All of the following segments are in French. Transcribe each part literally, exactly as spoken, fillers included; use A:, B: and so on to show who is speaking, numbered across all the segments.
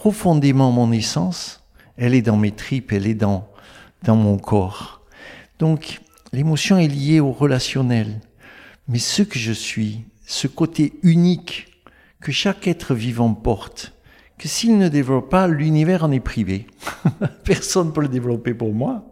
A: profondément mon essence, elle est dans mes tripes, elle est dans, dans mon corps. Donc, l'émotion est liée au relationnel. Mais ce que je suis, ce côté unique que chaque être vivant porte, que s'il ne développe pas, l'univers en est privé. Personne ne peut le développer pour moi.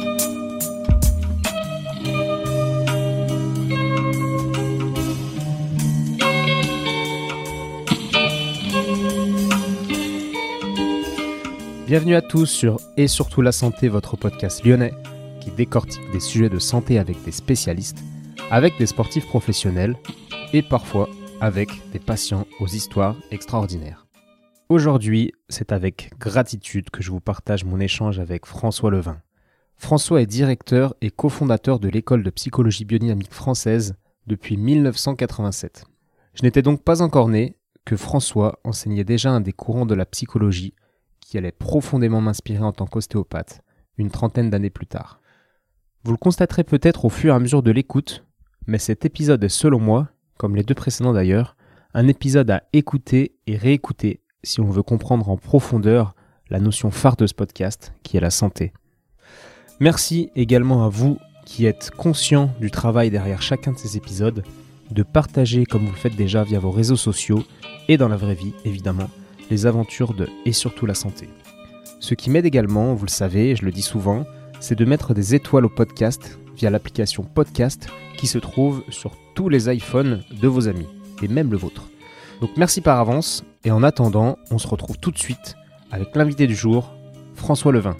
B: Bienvenue à tous sur Et surtout la santé, votre podcast lyonnais qui décortique des sujets de santé avec des spécialistes, avec des sportifs professionnels et parfois avec des patients aux histoires extraordinaires. Aujourd'hui, c'est avec gratitude que je vous partage mon échange avec François Levin. François est directeur et cofondateur de l'école de psychologie biodynamique française depuis dix-neuf cent quatre-vingt-sept. Je n'étais donc pas encore né que François enseignait déjà un des courants de la psychologie qui allait profondément m'inspirer en tant qu'ostéopathe, une trentaine d'années plus tard. Vous le constaterez peut-être au fur et à mesure de l'écoute, mais cet épisode est selon moi, comme les deux précédents d'ailleurs, un épisode à écouter et réécouter si on veut comprendre en profondeur la notion phare de ce podcast, qui est la santé. Merci également à vous qui êtes conscients du travail derrière chacun de ces épisodes, de partager comme vous le faites déjà via vos réseaux sociaux et dans la vraie vie évidemment, les aventures de Et surtout la santé. Ce qui m'aide également, vous le savez, je le dis souvent, c'est de mettre des étoiles au podcast via l'application Podcast qui se trouve sur tous les iPhones de vos amis, et même le vôtre. Donc merci par avance, et en attendant, on se retrouve tout de suite avec l'invité du jour, François Levin.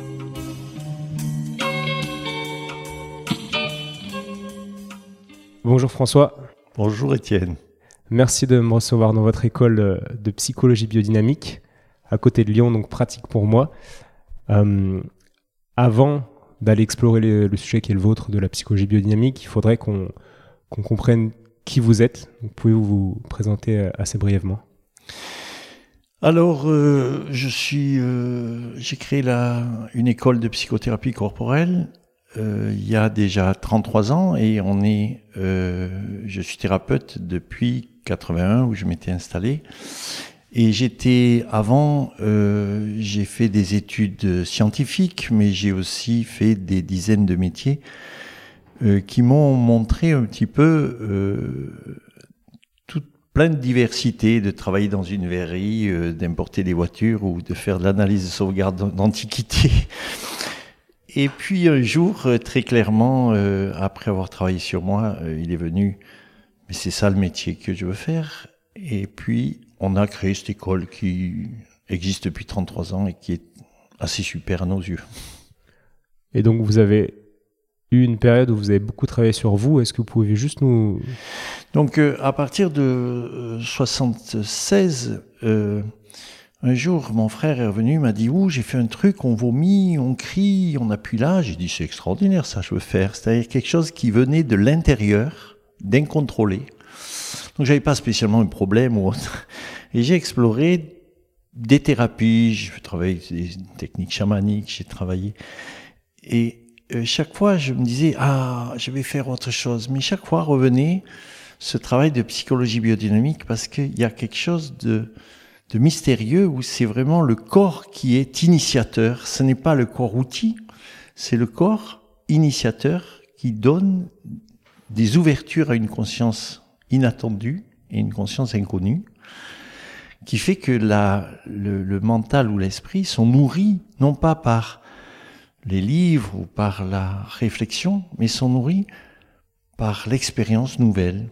B: Bonjour François.
A: Bonjour Étienne.
B: Merci de me recevoir dans votre école de psychologie biodynamique, à côté de Lyon, donc pratique pour moi. Euh, avant d'aller explorer le, le sujet qui est le vôtre de la psychologie biodynamique, il faudrait qu'on, qu'on comprenne qui vous êtes. Donc, pouvez-vous vous présenter assez brièvement ?
A: Alors, euh, je suis, euh, j'ai créé la, une école de psychothérapie corporelle euh, il y a déjà trente-trois ans et on est, euh, je suis thérapeute depuis quatre-vingt-un où je m'étais installé. Et j'étais, avant, euh, j'ai fait des études scientifiques, mais j'ai aussi fait des dizaines de métiers euh, qui m'ont montré un petit peu euh, toute plein de diversité, de travailler dans une verrerie, euh, d'importer des voitures ou de faire de l'analyse de sauvegarde d'antiquité. Et puis un jour, très clairement, euh, après avoir travaillé sur moi, euh, il est venu, mais c'est ça le métier que je veux faire. Et puis, on a créé cette école qui existe depuis trente-trois ans et qui est assez super à nos yeux.
B: Et donc, vous avez eu une période où vous avez beaucoup travaillé sur vous. Est-ce que vous pouvez juste nous...
A: Donc, euh, à partir de euh, soixante-seize, euh, un jour, mon frère est revenu, il m'a dit « Ouh, j'ai fait un truc, on vomit, on crie, on appuie là. » J'ai dit « C'est extraordinaire, ça, je veux faire. » C'est-à-dire quelque chose qui venait de l'intérieur, d'incontrôlé. Donc, j'avais pas spécialement un problème ou autre. Et j'ai exploré des thérapies, j'ai travaillé avec des techniques chamaniques, j'ai travaillé. Et euh, chaque fois, je me disais, ah, je vais faire autre chose. Mais chaque fois, revenait ce travail de psychologie biodynamique parce qu'il y a quelque chose de, de mystérieux où c'est vraiment le corps qui est initiateur. Ce n'est pas le corps outil, c'est le corps initiateur qui donne des ouvertures à une conscience inattendue et une conscience inconnue, qui fait que la, le, le mental ou l'esprit sont nourris, non pas par les livres ou par la réflexion, mais sont nourris par l'expérience nouvelle.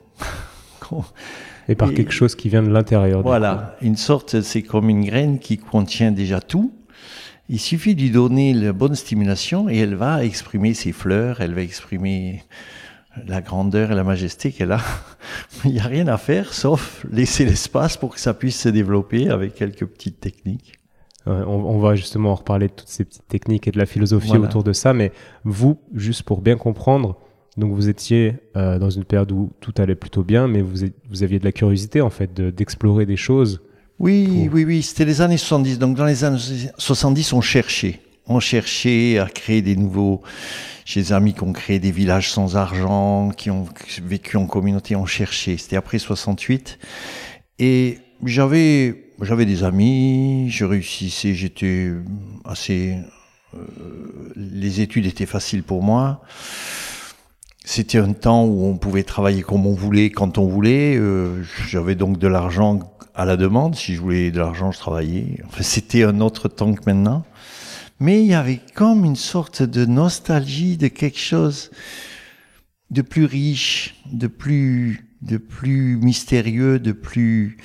B: Et par et, quelque chose qui vient de l'intérieur.
A: Voilà, une sorte, c'est comme une graine qui contient déjà tout. Il suffit de lui donner la bonne stimulation et elle va exprimer ses fleurs, elle va exprimer la grandeur et la majesté qu'elle a. Il n'y a rien à faire sauf laisser l'espace pour que ça puisse se développer avec quelques petites techniques.
B: Ouais, on, on va justement en reparler de toutes ces petites techniques et de la philosophie voilà. autour de ça, mais vous, juste pour bien comprendre, donc vous étiez euh, dans une période où tout allait plutôt bien, mais vous, vous aviez de la curiosité en fait, de, d'explorer des choses.
A: Oui, pour... oui, oui, c'était les années soixante-dix. Donc dans les années soixante-dix, on cherchait. On cherchait à créer des nouveaux... J'ai des amis qui ont créé des villages sans argent, qui ont vécu en communauté, on cherchait. C'était après soixante-huit. Et j'avais j'avais des amis, je réussissais, j'étais assez... Euh, les études étaient faciles pour moi. C'était un temps où on pouvait travailler comme on voulait, quand on voulait. Euh, j'avais donc de l'argent à la demande. Si je voulais de l'argent, je travaillais. Enfin, c'était un autre temps que maintenant. Mais il y avait comme une sorte de nostalgie de quelque chose de plus riche, de plus, de plus mystérieux, de plus...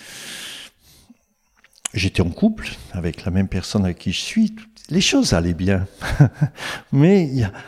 A: J'étais en couple avec la même personne avec qui je suis. Les choses allaient bien. Mais il y a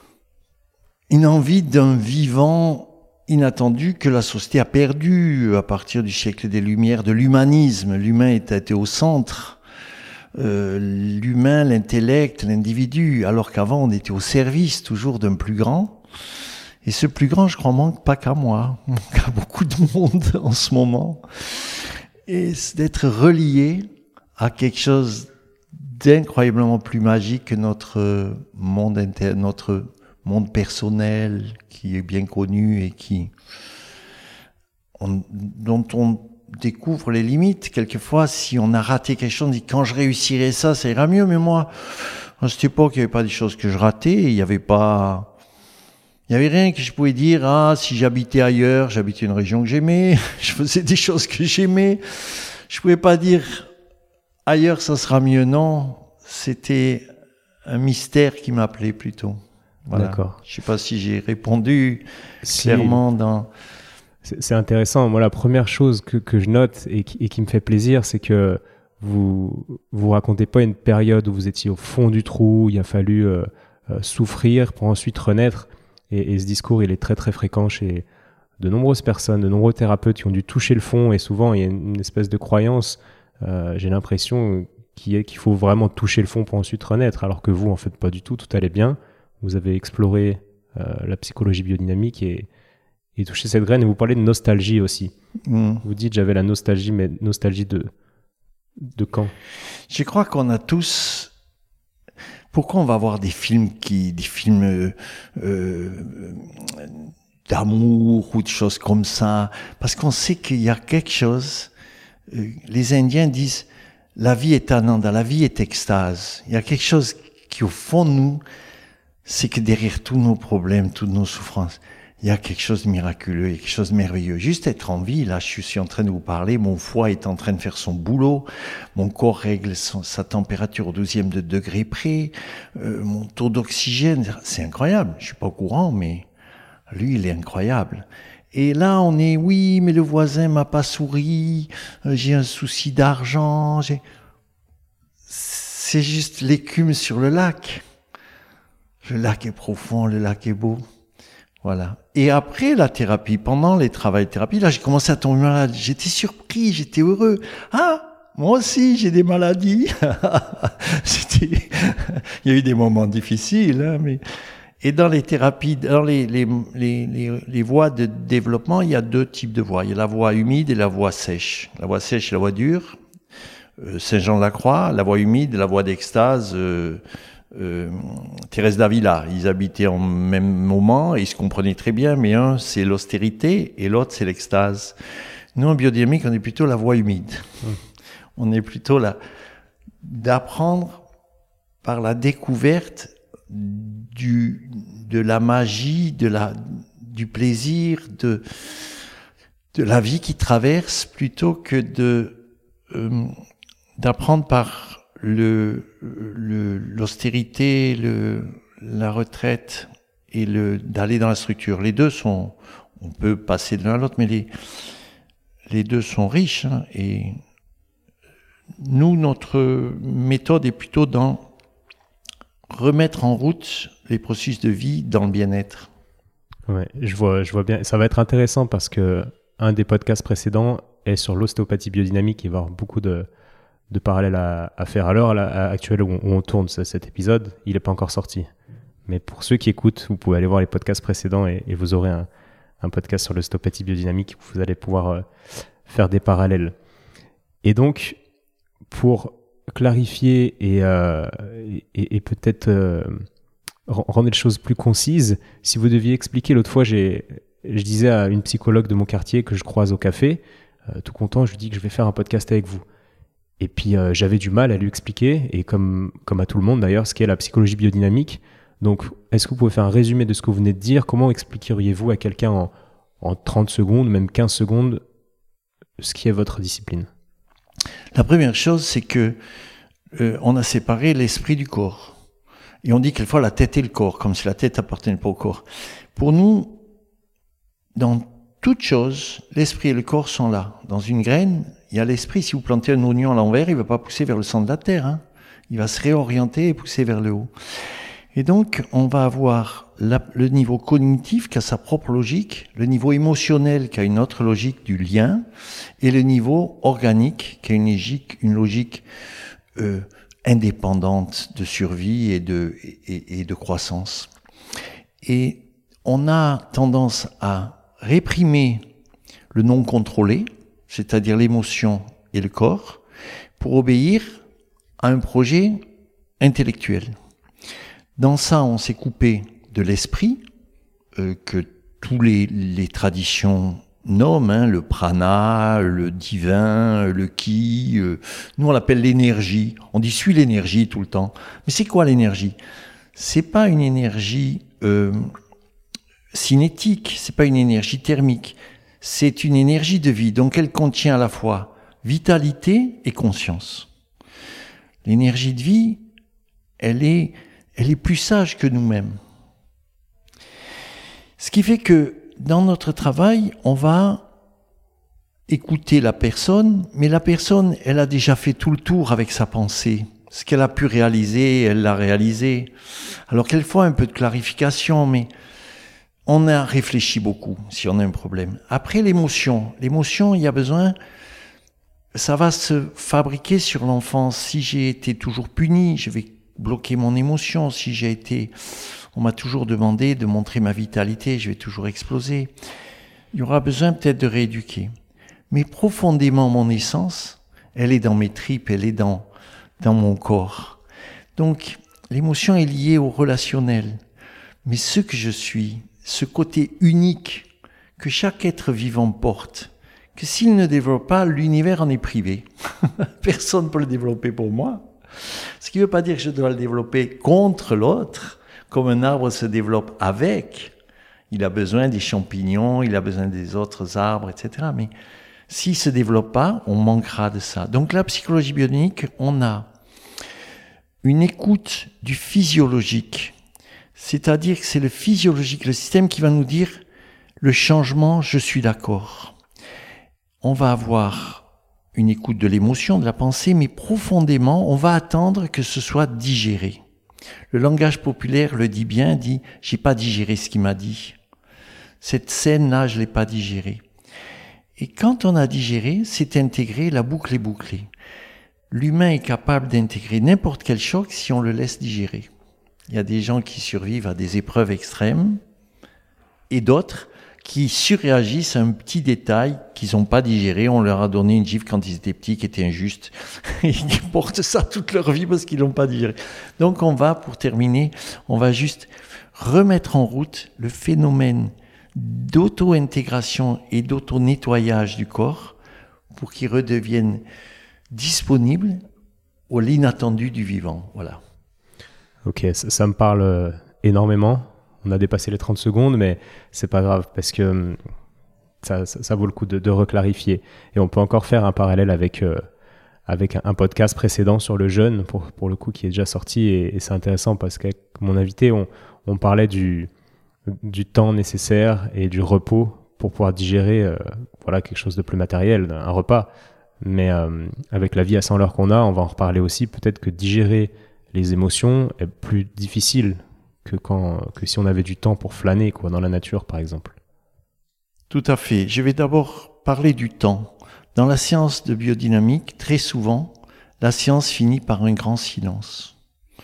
A: une envie d'un vivant inattendu que la société a perdu à partir du siècle des Lumières, de l'humanisme. L'humain était au centre. Euh, l'humain, l'intellect, l'individu, alors qu'avant on était au service toujours d'un plus grand. Et ce plus grand, je crois, manque pas qu'à moi, qu'à beaucoup de monde en ce moment. Et c'est d'être relié à quelque chose d'incroyablement plus magique que notre monde inter... notre monde personnel qui est bien connu et qui on... dont on découvre les limites. Quelquefois, si on a raté quelque chose, on dit quand je réussirai ça, ça ira mieux. Mais moi, à cette époque, il n'y avait pas des choses que je ratais. Il n'y avait pas, il n'y avait rien que je pouvais dire. Ah, si j'habitais ailleurs, j'habitais une région que j'aimais. Je faisais des choses que j'aimais. Je pouvais pas dire ailleurs, ça sera mieux. Non, c'était un mystère qui m'appelait plutôt. Voilà.
B: D'accord.
A: Je sais pas si j'ai répondu si... clairement dans...
B: C'est, c'est intéressant. Moi, la première chose que, que je note et qui, et qui me fait plaisir, c'est que vous vous racontez pas une période où vous étiez au fond du trou, il a fallu euh, euh, souffrir pour ensuite renaître. Et, et ce discours, il est très très fréquent chez de nombreuses personnes, de nombreux thérapeutes qui ont dû toucher le fond. Et souvent, il y a une espèce de croyance, euh, j'ai l'impression, qui est qu'il faut vraiment toucher le fond pour ensuite renaître. Alors que vous, en fait, pas du tout. Tout allait bien. Vous avez exploré euh, la psychologie biodynamique et et toucher cette graine. Et vous parlez de nostalgie aussi. Mmh. Vous dites j'avais la nostalgie, mais nostalgie de de quand?
A: Je crois qu'on a tous. Pourquoi on va voir des films qui, des films euh, euh, d'amour ou de choses comme ça? Parce qu'on sait qu'il y a quelque chose. Euh, les Indiens disent la vie est ananda, la vie est extase. Il y a quelque chose qui au fond de nous, c'est que derrière tous nos problèmes, toutes nos souffrances, il y a quelque chose de miraculeux, il y a quelque chose de merveilleux. Juste être en vie, là, je suis en train de vous parler, mon foie est en train de faire son boulot, mon corps règle son, sa température au douzième de degré près, euh, mon taux d'oxygène, c'est incroyable. Je suis pas au courant, mais lui, il est incroyable. Et là, on est, oui, mais le voisin m'a pas souri, euh, j'ai un souci d'argent, j'ai... C'est juste l'écume sur le lac. Le lac est profond, le lac est beau. Voilà. Et après la thérapie, pendant les travaux de thérapie, là, j'ai commencé à tomber malade. J'étais surpris, j'étais heureux. Ah, moi aussi, j'ai des maladies. C'était... Il y a eu des moments difficiles, hein, mais... Et dans les thérapies, dans les, les, les, les, les voies de développement, il y a deux types de voies. Il y a la voie humide et la voie sèche. La voie sèche, c'est la voie dure. Euh, Saint-Jean-de-la-Croix. La voie humide, la voie d'extase, euh, Euh, Thérèse d'Avila, ils habitaient en même moment et ils se comprenaient très bien, mais un c'est l'austérité et l'autre c'est l'extase. Nous en biodynamique on est plutôt la voie humide. Mmh. On est plutôt là d'apprendre par la découverte du de la magie, de la du plaisir, de de la vie qui traverse plutôt que de euh, d'apprendre par Le, le, l'austérité, le, la retraite et le, d'aller dans la structure. Les deux sont, on peut passer de l'un à l'autre, mais les, les deux sont riches. Hein, et nous, notre méthode est plutôt dans remettre en route les processus de vie dans le bien-être.
B: Ouais, je vois, je vois bien. Ça va être intéressant parce que un des podcasts précédents est sur l'ostéopathie biodynamique. Il va y avoir beaucoup de de parallèles à, à faire à l'heure actuelle où on, où on tourne ce, cet épisode. Il n'est pas encore sorti. Mais pour ceux qui écoutent, vous pouvez aller voir les podcasts précédents et, et vous aurez un, un podcast sur l'ostéopathie biodynamique où vous allez pouvoir euh, faire des parallèles. Et donc, pour clarifier et, euh, et, et peut-être euh, rendre les choses plus concises, si vous deviez expliquer, l'autre fois, j'ai, je disais à une psychologue de mon quartier que je croise au café, euh, tout content, je lui dis que je vais faire un podcast avec vous. Et puis euh, j'avais du mal à lui expliquer, et comme, comme à tout le monde d'ailleurs, ce qu'est la psychologie biodynamique. Donc est-ce que vous pouvez faire un résumé de ce que vous venez de dire? Comment expliqueriez-vous à quelqu'un en, en trente secondes, même quinze secondes, ce qui est votre discipline?
A: La première chose, c'est que euh, on a séparé l'esprit du corps. Et on dit quelquefois la tête et le corps, comme si la tête appartenait pas au corps. Pour nous, dans toute chose, l'esprit et le corps sont là. Dans une graine, il y a l'esprit. Si vous plantez un oignon à l'envers, il ne va pas pousser vers le centre de la terre. Hein. Il va se réorienter et pousser vers le haut. Et donc, on va avoir la, le niveau cognitif qui a sa propre logique, le niveau émotionnel qui a une autre logique du lien, et le niveau organique qui a une logique, une logique euh, indépendante de survie et de, et, et de croissance. Et on a tendance à réprimer le non contrôlé, c'est-à-dire l'émotion et le corps, pour obéir à un projet intellectuel. Dans ça, on s'est coupé de l'esprit, euh, que tous les, les traditions nomment, hein, le prana, le divin, le ki. Euh, nous, on l'appelle l'énergie. On dit « suis l'énergie » tout le temps. Mais c'est quoi l'énergie? C'est pas une énergie euh, cinétique, c'est pas une énergie thermique. C'est une énergie de vie. Donc, elle contient à la fois vitalité et conscience. L'énergie de vie, elle est... elle est plus sage que nous-mêmes. Ce qui fait que dans notre travail, on va écouter la personne, mais la personne, elle a déjà fait tout le tour avec sa pensée. Ce qu'elle a pu réaliser, elle l'a réalisé. Alors quelquefois, un peu de clarification, mais on a réfléchi beaucoup si on a un problème. Après, l'émotion. L'émotion, il y a besoin... ça va se fabriquer sur l'enfance. Si j'ai été toujours puni, je vais bloquer mon émotion. Si j'ai été, on m'a toujours demandé de montrer ma vitalité, je vais toujours exploser. Il y aura besoin peut-être de rééduquer. Mais profondément, mon essence, elle est dans mes tripes, elle est dans, dans mon corps. Donc, l'émotion est liée au relationnel. Mais ce que je suis, ce côté unique que chaque être vivant porte, que s'il ne développe pas, l'univers en est privé. Personne ne peut le développer pour moi. Ce qui ne veut pas dire que je dois le développer contre l'autre, comme un arbre se développe avec. Il a besoin des champignons, il a besoin des autres arbres, et cetera. Mais s'il ne se développe pas, on manquera de ça. Donc la psychologie bionique, on a une écoute du physiologique. C'est-à-dire que c'est le physiologique, le système qui va nous dire le changement, je suis d'accord. On va avoir une écoute de l'émotion, de la pensée, mais profondément, on va attendre que ce soit digéré. Le langage populaire le dit bien, dit « j'ai pas digéré ce qu'il m'a dit ». Cette scène-là, je l'ai pas digérée. Et quand on a digéré, c'est intégré, la boucle est bouclée. L'humain est capable d'intégrer n'importe quel choc si on le laisse digérer. Il y a des gens qui survivent à des épreuves extrêmes et d'autres qui surréagissent à un petit détail qu'ils n'ont pas digéré. On leur a donné une gifle quand ils étaient petits qui était injuste. Et ils portent ça toute leur vie parce qu'ils l'ont pas digéré. Donc on va, pour terminer, on va juste remettre en route le phénomène d'auto-intégration et d'auto-nettoyage du corps pour qu'il redevienne disponible à l'inattendu du vivant. Voilà.
B: Ok, ça, ça me parle énormément. On a dépassé les trente secondes, mais c'est pas grave parce que ça, ça, ça vaut le coup de, de reclarifier. Et on peut encore faire un parallèle avec, euh, avec un, un podcast précédent sur le jeûne, pour, pour le coup, qui est déjà sorti. Et, et c'est intéressant parce qu'avec mon invité, on, on parlait du, du temps nécessaire et du repos pour pouvoir digérer euh, voilà, quelque chose de plus matériel, un repas. Mais euh, avec la vie à cent l'heure qu'on a, on va en reparler aussi. Peut-être que digérer les émotions est plus difficile que, quand, que si on avait du temps pour flâner quoi, dans la nature, par exemple.
A: Tout à fait. Je vais d'abord parler du temps. Dans la science de biodynamique, très souvent, la science finit par un grand silence.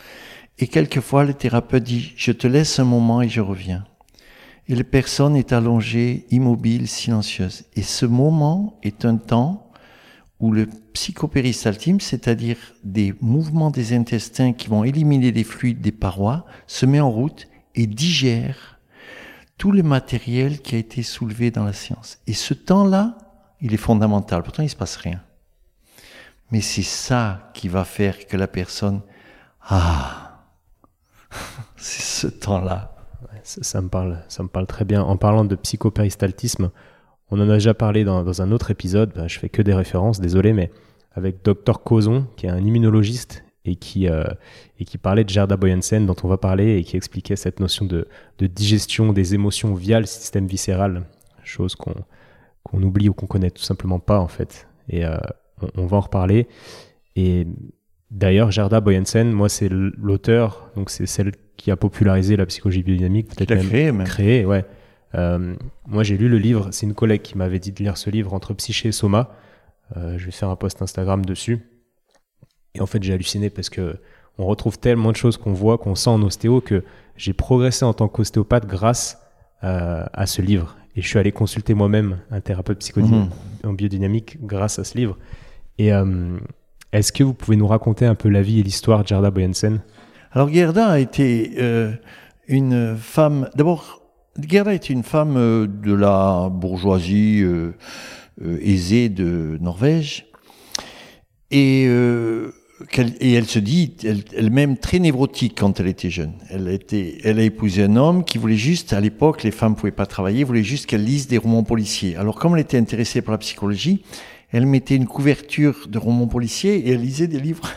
A: Et quelquefois, le thérapeute dit « je te laisse un moment et je reviens ». Et la personne est allongée, immobile, silencieuse. Et ce moment est un temps où le psychopéristaltisme, c'est-à-dire des mouvements des intestins qui vont éliminer les fluides des parois, se met en route et digère tout le matériel qui a été soulevé dans la science. Et ce temps-là, il est fondamental. Pourtant, il ne se passe rien. Mais c'est ça qui va faire que la personne... Ah, c'est ce temps-là.
B: Ouais, ça, ça, me parle, ça me parle très bien. En parlant de psychopéristaltisme, on en a déjà parlé dans, dans un autre épisode, ben, je fais que des références, désolé, mais avec docteur Causon, qui est un immunologiste et qui, euh, et qui parlait de Gerda Boyensen, dont on va parler, et qui expliquait cette notion de, de digestion des émotions via le système viscéral, chose qu'on, qu'on oublie ou qu'on connaît tout simplement pas, en fait. Et euh, on, on va en reparler. Et d'ailleurs, Gerda Boyensen, moi, c'est l'auteur, donc c'est celle qui a popularisé la psychologie biodynamique, peut-être même
A: créé, même.
B: créé, ouais. Euh, moi, j'ai lu le livre, c'est une collègue qui m'avait dit de lire ce livre, Entre psyché et soma. Euh, je vais faire un post Instagram dessus. Et en fait, j'ai halluciné parce que on retrouve tellement de choses qu'on voit, qu'on sent en ostéo, que j'ai progressé en tant qu'ostéopathe grâce euh, à ce livre. Et je suis allé consulter moi-même un thérapeute psychodynamique mmh. en biodynamique grâce à ce livre. Et euh, est-ce que vous pouvez nous raconter un peu la vie et l'histoire de Gerda Boyensen ?
A: Alors, Gerda a été euh, une femme... D'abord, Gerda était une femme euh, de la bourgeoisie euh, euh, aisée de Norvège. Et, euh, et elle se dit elle, elle-même très névrotique quand elle était jeune. Elle a, été, elle a épousé un homme qui voulait juste, à l'époque, les femmes ne pouvaient pas travailler, voulait juste qu'elle lise des romans policiers. Alors, comme elle était intéressée par la psychologie, elle mettait une couverture de romans policiers et elle lisait des livres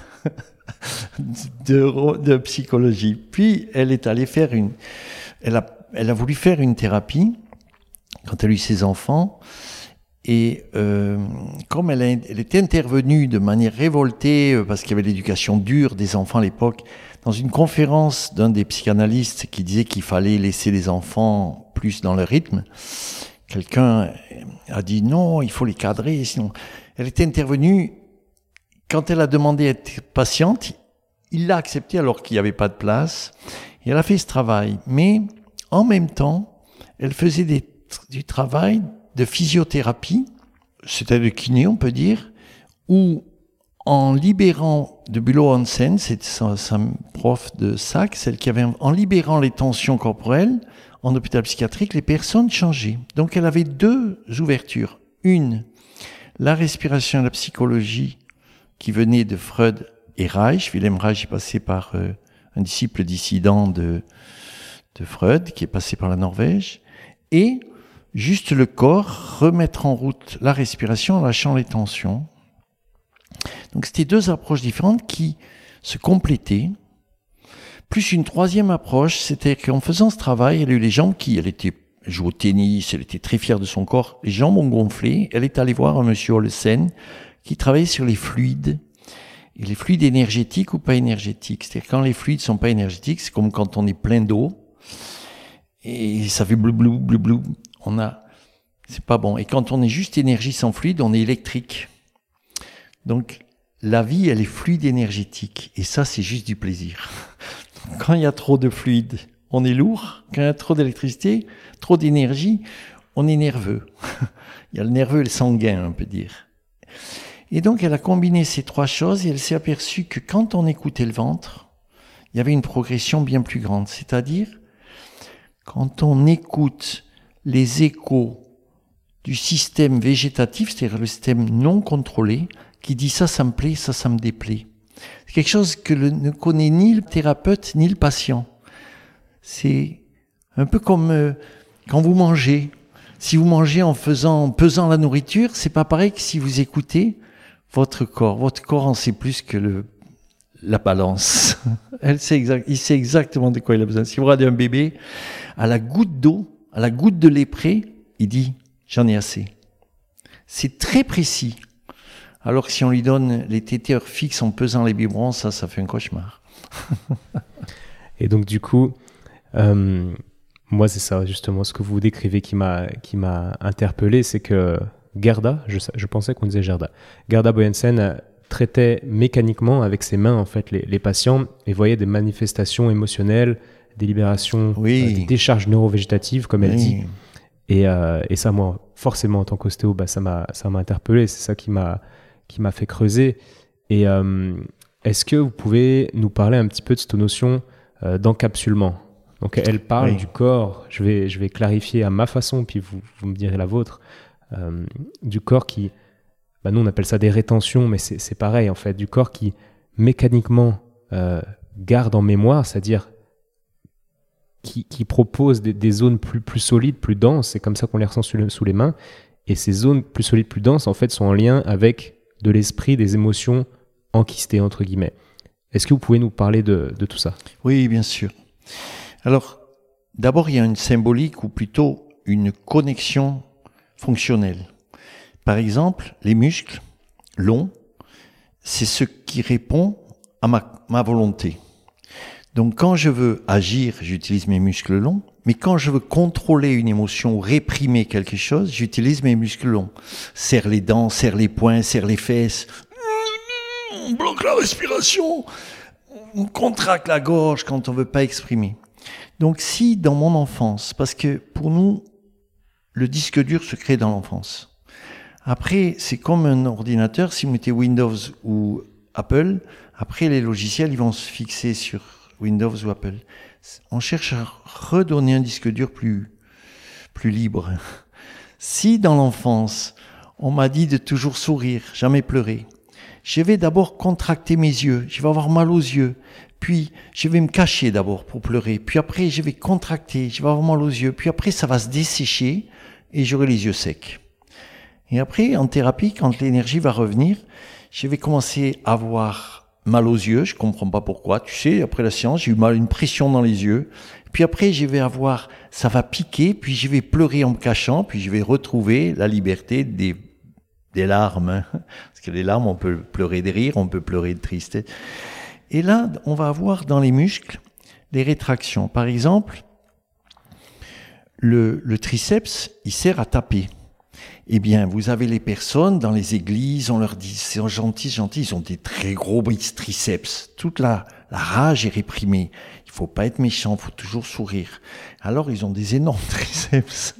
A: de, de psychologie. Puis, elle est allée faire une... Elle a, elle a voulu faire une thérapie quand elle a eu ses enfants. Et euh, comme elle, a, elle était intervenue de manière révoltée, euh, parce qu'il y avait l'éducation dure des enfants à l'époque, dans une conférence d'un des psychanalystes qui disait qu'il fallait laisser les enfants plus dans leur rythme, quelqu'un a dit non, il faut les cadrer, sinon... Elle était intervenue, quand elle a demandé à être patiente, il l'a accepté alors qu'il n'y avait pas de place, et elle a fait ce travail. Mais en même temps, elle faisait des, du travail de physiothérapie, c'était de kiné, on peut dire, où en libérant de Bülow Hansen, c'est sa, sa prof de S A C, celle qui avait, en libérant les tensions corporelles en hôpital psychiatrique, les personnes changeaient. Donc elle avait deux ouvertures. Une, la respiration et la psychologie qui venait de Freud et Reich. Wilhelm Reich est passé par euh, un disciple dissident de, de Freud, qui est passé par la Norvège. Et juste le corps, remettre en route la respiration en lâchant les tensions. Donc c'était deux approches différentes qui se complétaient. Plus une troisième approche, c'était qu'en faisant ce travail, elle a eu les jambes qui, elle était elle jouait au tennis, elle était très fière de son corps, les jambes ont gonflé, elle est allée voir un monsieur Olsen qui travaillait sur les fluides, et les fluides énergétiques ou pas énergétiques. C'est-à-dire quand les fluides sont pas énergétiques, c'est comme quand on est plein d'eau, et ça fait blou blou blou blou. On a, c'est pas bon. Et quand on est juste énergie sans fluide, on est électrique. Donc, la vie, elle est fluide énergétique. Et ça, c'est juste du plaisir. Quand il y a trop de fluide, on est lourd. Quand il y a trop d'électricité, trop d'énergie, on est nerveux. Il y a le nerveux et le sanguin, on peut dire. Et donc, elle a combiné ces trois choses et elle s'est aperçue que quand on écoutait le ventre, il y avait une progression bien plus grande. C'est-à-dire, quand on écoute les échos du système végétatif, c'est-à-dire le système non contrôlé, qui dit ça, ça me plaît, ça, ça me déplaît. C'est quelque chose que le, ne connaît ni le thérapeute ni le patient. C'est un peu comme euh, quand vous mangez. Si vous mangez en faisant, en pesant la nourriture, c'est pas pareil que si vous écoutez votre corps. Votre corps en sait plus que le, la balance. Elle sait exact, il sait exactement de quoi il a besoin. Si vous regardez un bébé, à la goutte d'eau, à la goutte de lait près, il dit « j'en ai assez ». C'est très précis. Alors que si on lui donne les téteurs fixes en pesant les biberons, ça, ça fait un cauchemar.
B: Et donc du coup, euh, moi c'est ça justement, ce que vous décrivez qui m'a, qui m'a interpellé, c'est que Gerda, je, je pensais qu'on disait Gerda, Gerda Boyensen traitait mécaniquement avec ses mains en fait les, les patients et voyait des manifestations émotionnelles, des libérations,
A: oui.
B: euh, des décharges neurovégétatives comme elle
A: oui.
B: dit. Et, euh, et ça, moi, forcément en tant qu'ostéo, bah, ça m'a, ça m'a interpellé, c'est ça qui m'a qui m'a fait creuser. Et euh, est-ce que vous pouvez nous parler un petit peu de cette notion euh, d'encapsulement ? Donc elle parle oui. du corps, je vais, je vais clarifier à ma façon, puis vous, vous me direz la vôtre, euh, du corps qui bah nous on appelle ça des rétentions, mais c'est, c'est pareil en fait, du corps qui mécaniquement euh, garde en mémoire, c'est-à-dire qui, qui propose des, des zones plus, plus solides, plus denses, c'est comme ça qu'on les ressent sous, le, sous les mains, et ces zones plus solides, plus denses en fait sont en lien avec de l'esprit, des émotions enquistées entre guillemets. Est-ce que vous pouvez nous parler de, de tout ça ?
A: Oui, bien sûr. Alors, d'abord, il y a une symbolique ou plutôt une connexion fonctionnelle. Par exemple, les muscles longs, c'est ce qui répond à ma, ma volonté. Donc, quand je veux agir, j'utilise mes muscles longs, mais quand je veux contrôler une émotion ou réprimer quelque chose, j'utilise mes muscles longs. Serre les dents, serre les poings, serre les fesses. On bloque la respiration. On contracte la gorge quand on veut pas exprimer. Donc, si dans mon enfance, parce que pour nous, le disque dur se crée dans l'enfance. Après, c'est comme un ordinateur, si vous mettez Windows ou Apple, après les logiciels, ils vont se fixer sur Windows ou Apple. On cherche à redonner un disque dur plus, plus libre. Si dans l'enfance, on m'a dit de toujours sourire, jamais pleurer, je vais d'abord contracter mes yeux, je vais avoir mal aux yeux, puis je vais me cacher d'abord pour pleurer, puis après je vais contracter, je vais avoir mal aux yeux, puis après ça va se dessécher et j'aurai les yeux secs. Et après, en thérapie, quand l'énergie va revenir, je vais commencer à avoir mal aux yeux, je comprends pas pourquoi, tu sais, après la séance, j'ai eu mal, une pression dans les yeux, puis après je vais avoir, ça va piquer, puis je vais pleurer en me cachant, puis je vais retrouver la liberté des, des larmes, hein. Parce que les larmes, on peut pleurer de rire, on peut pleurer de tristesse. Et là, on va avoir dans les muscles des rétractions. Par exemple, le, le triceps, il sert à taper. Eh bien, vous avez les personnes dans les églises, on leur dit, c'est gentil, gentil, ils ont des très gros triceps. Toute la, la rage est réprimée. Il faut pas être méchant, il faut toujours sourire. Alors, ils ont des énormes triceps.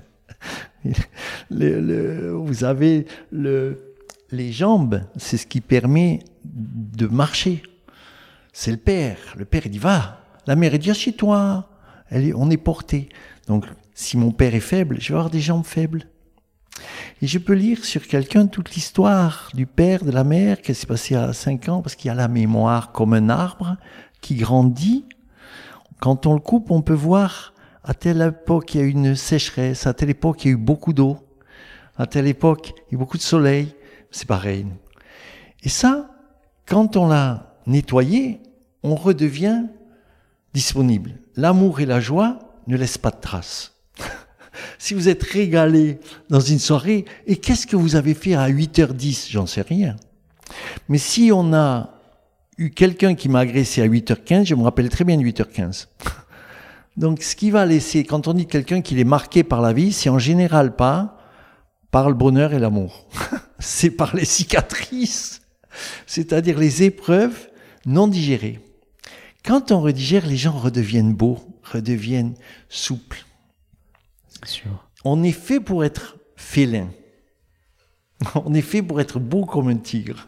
A: le, le, vous avez le, les jambes, c'est ce qui permet de marcher. C'est le père. Le père, il dit, va. La mère, elle dit, assieds-toi. Elle est, on est porté. Donc, si mon père est faible, je vais avoir des jambes faibles. Et je peux lire sur quelqu'un toute l'histoire du père, de la mère, qui s'est passé à cinq ans, parce qu'il y a la mémoire comme un arbre qui grandit. Quand on le coupe, on peut voir à telle époque il y a eu une sécheresse, à telle époque il y a eu beaucoup d'eau, à telle époque il y a eu beaucoup de soleil. C'est pareil. Et ça, quand on l'a nettoyé, on redevient disponible. L'amour et la joie ne laissent pas de traces. Si vous êtes régalé dans une soirée, et qu'est-ce que vous avez fait à huit heures dix? J'en sais rien. Mais si on a eu quelqu'un qui m'a agressé à huit heures quinze, je me rappelle très bien de huit heures quinze. Donc ce qui va laisser, quand on dit quelqu'un qu'il est marqué par la vie, c'est en général pas par le bonheur et l'amour. C'est par les cicatrices, c'est-à-dire les épreuves non digérées. Quand on redigère, les gens redeviennent beaux, redeviennent souples.
B: C'est sûr.
A: On est fait pour être félin. On est fait pour être beau comme un tigre.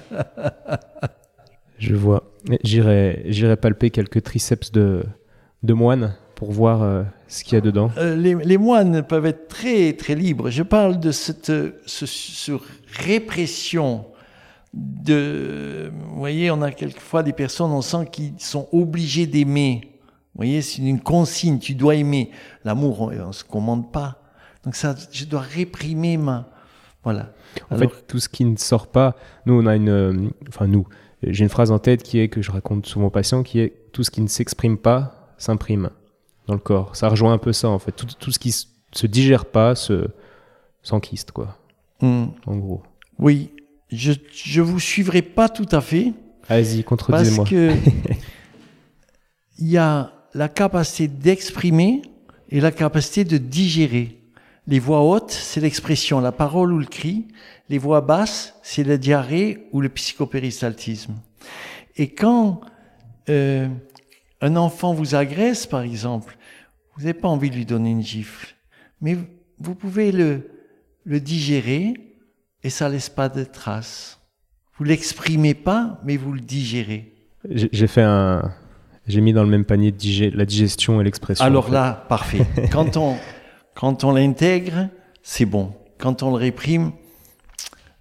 B: Je vois. J'irai, j'irai palper quelques triceps de, de moine pour voir euh, ce qu'il y a dedans.
A: Euh, les, les moines peuvent être très, très libres. Je parle de cette, ce, ce répression de... Vous voyez, on a quelquefois des personnes, on sent qu'ils sont obligés d'aimer. Vous voyez, c'est une consigne, tu dois aimer. L'amour, on ne se commande pas. Donc ça, je dois réprimer ma... Voilà.
B: En
A: Alors...
B: fait, tout ce qui ne sort pas... Nous, on a une... Euh, enfin, nous, j'ai une phrase en tête qui est, que je raconte souvent aux patients, qui est « Tout ce qui ne s'exprime pas s'imprime dans le corps ». Ça rejoint un peu ça, en fait. Tout, tout ce qui ne se digère pas se, s'enquiste, quoi.
A: Mmh.
B: En gros.
A: Oui, je ne vous suivrai pas tout à fait.
B: Allez-y, contredisez-moi.
A: Parce que il y a la capacité d'exprimer et la capacité de digérer. Les voix hautes, c'est l'expression, la parole ou le cri. Les voix basses, c'est la diarrhée ou le psychopéristaltisme. Et quand euh, un enfant vous agresse, par exemple, vous n'avez pas envie de lui donner une gifle, mais vous pouvez le, le digérer et ça ne laisse pas de traces. Vous ne l'exprimez pas, mais vous le digérez.
B: J'ai, j'ai fait un... J'ai mis dans le même panier digé- la digestion et l'expression.
A: Alors
B: en fait.
A: là, parfait. Quand on, quand on l'intègre, c'est bon. Quand on le réprime,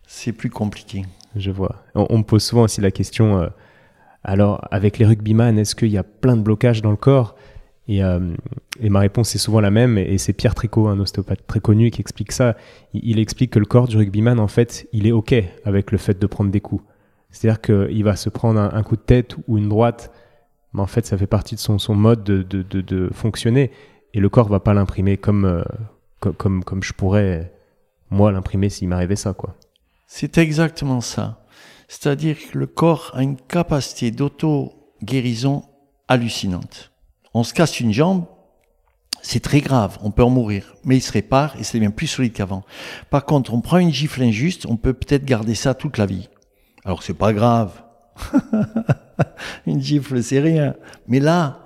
A: c'est plus compliqué.
B: Je vois. On, on me pose souvent aussi la question, euh, alors avec les rugbyman, est-ce qu'il y a plein de blocages dans le corps ? Et, euh, et ma réponse est souvent la même, et c'est Pierre Tricot, un ostéopathe très connu, qui explique ça. Il, il explique que le corps du rugbyman, en fait, il est OK avec le fait de prendre des coups. C'est-à-dire qu'il va se prendre un, un coup de tête ou une droite, mais en fait, ça fait partie de son, son mode de, de, de, de fonctionner, et le corps ne va pas l'imprimer comme, euh, comme, comme, comme je pourrais, moi, l'imprimer s'il m'arrivait ça, quoi.
A: C'est exactement ça. C'est-à-dire que le corps a une capacité d'auto-guérison hallucinante. On se casse une jambe, c'est très grave, on peut en mourir, mais il se répare et c'est bien plus solide qu'avant. Par contre, on prend une gifle injuste, on peut peut-être garder ça toute la vie. Alors c'est pas grave. Une gifle, c'est rien. Mais là,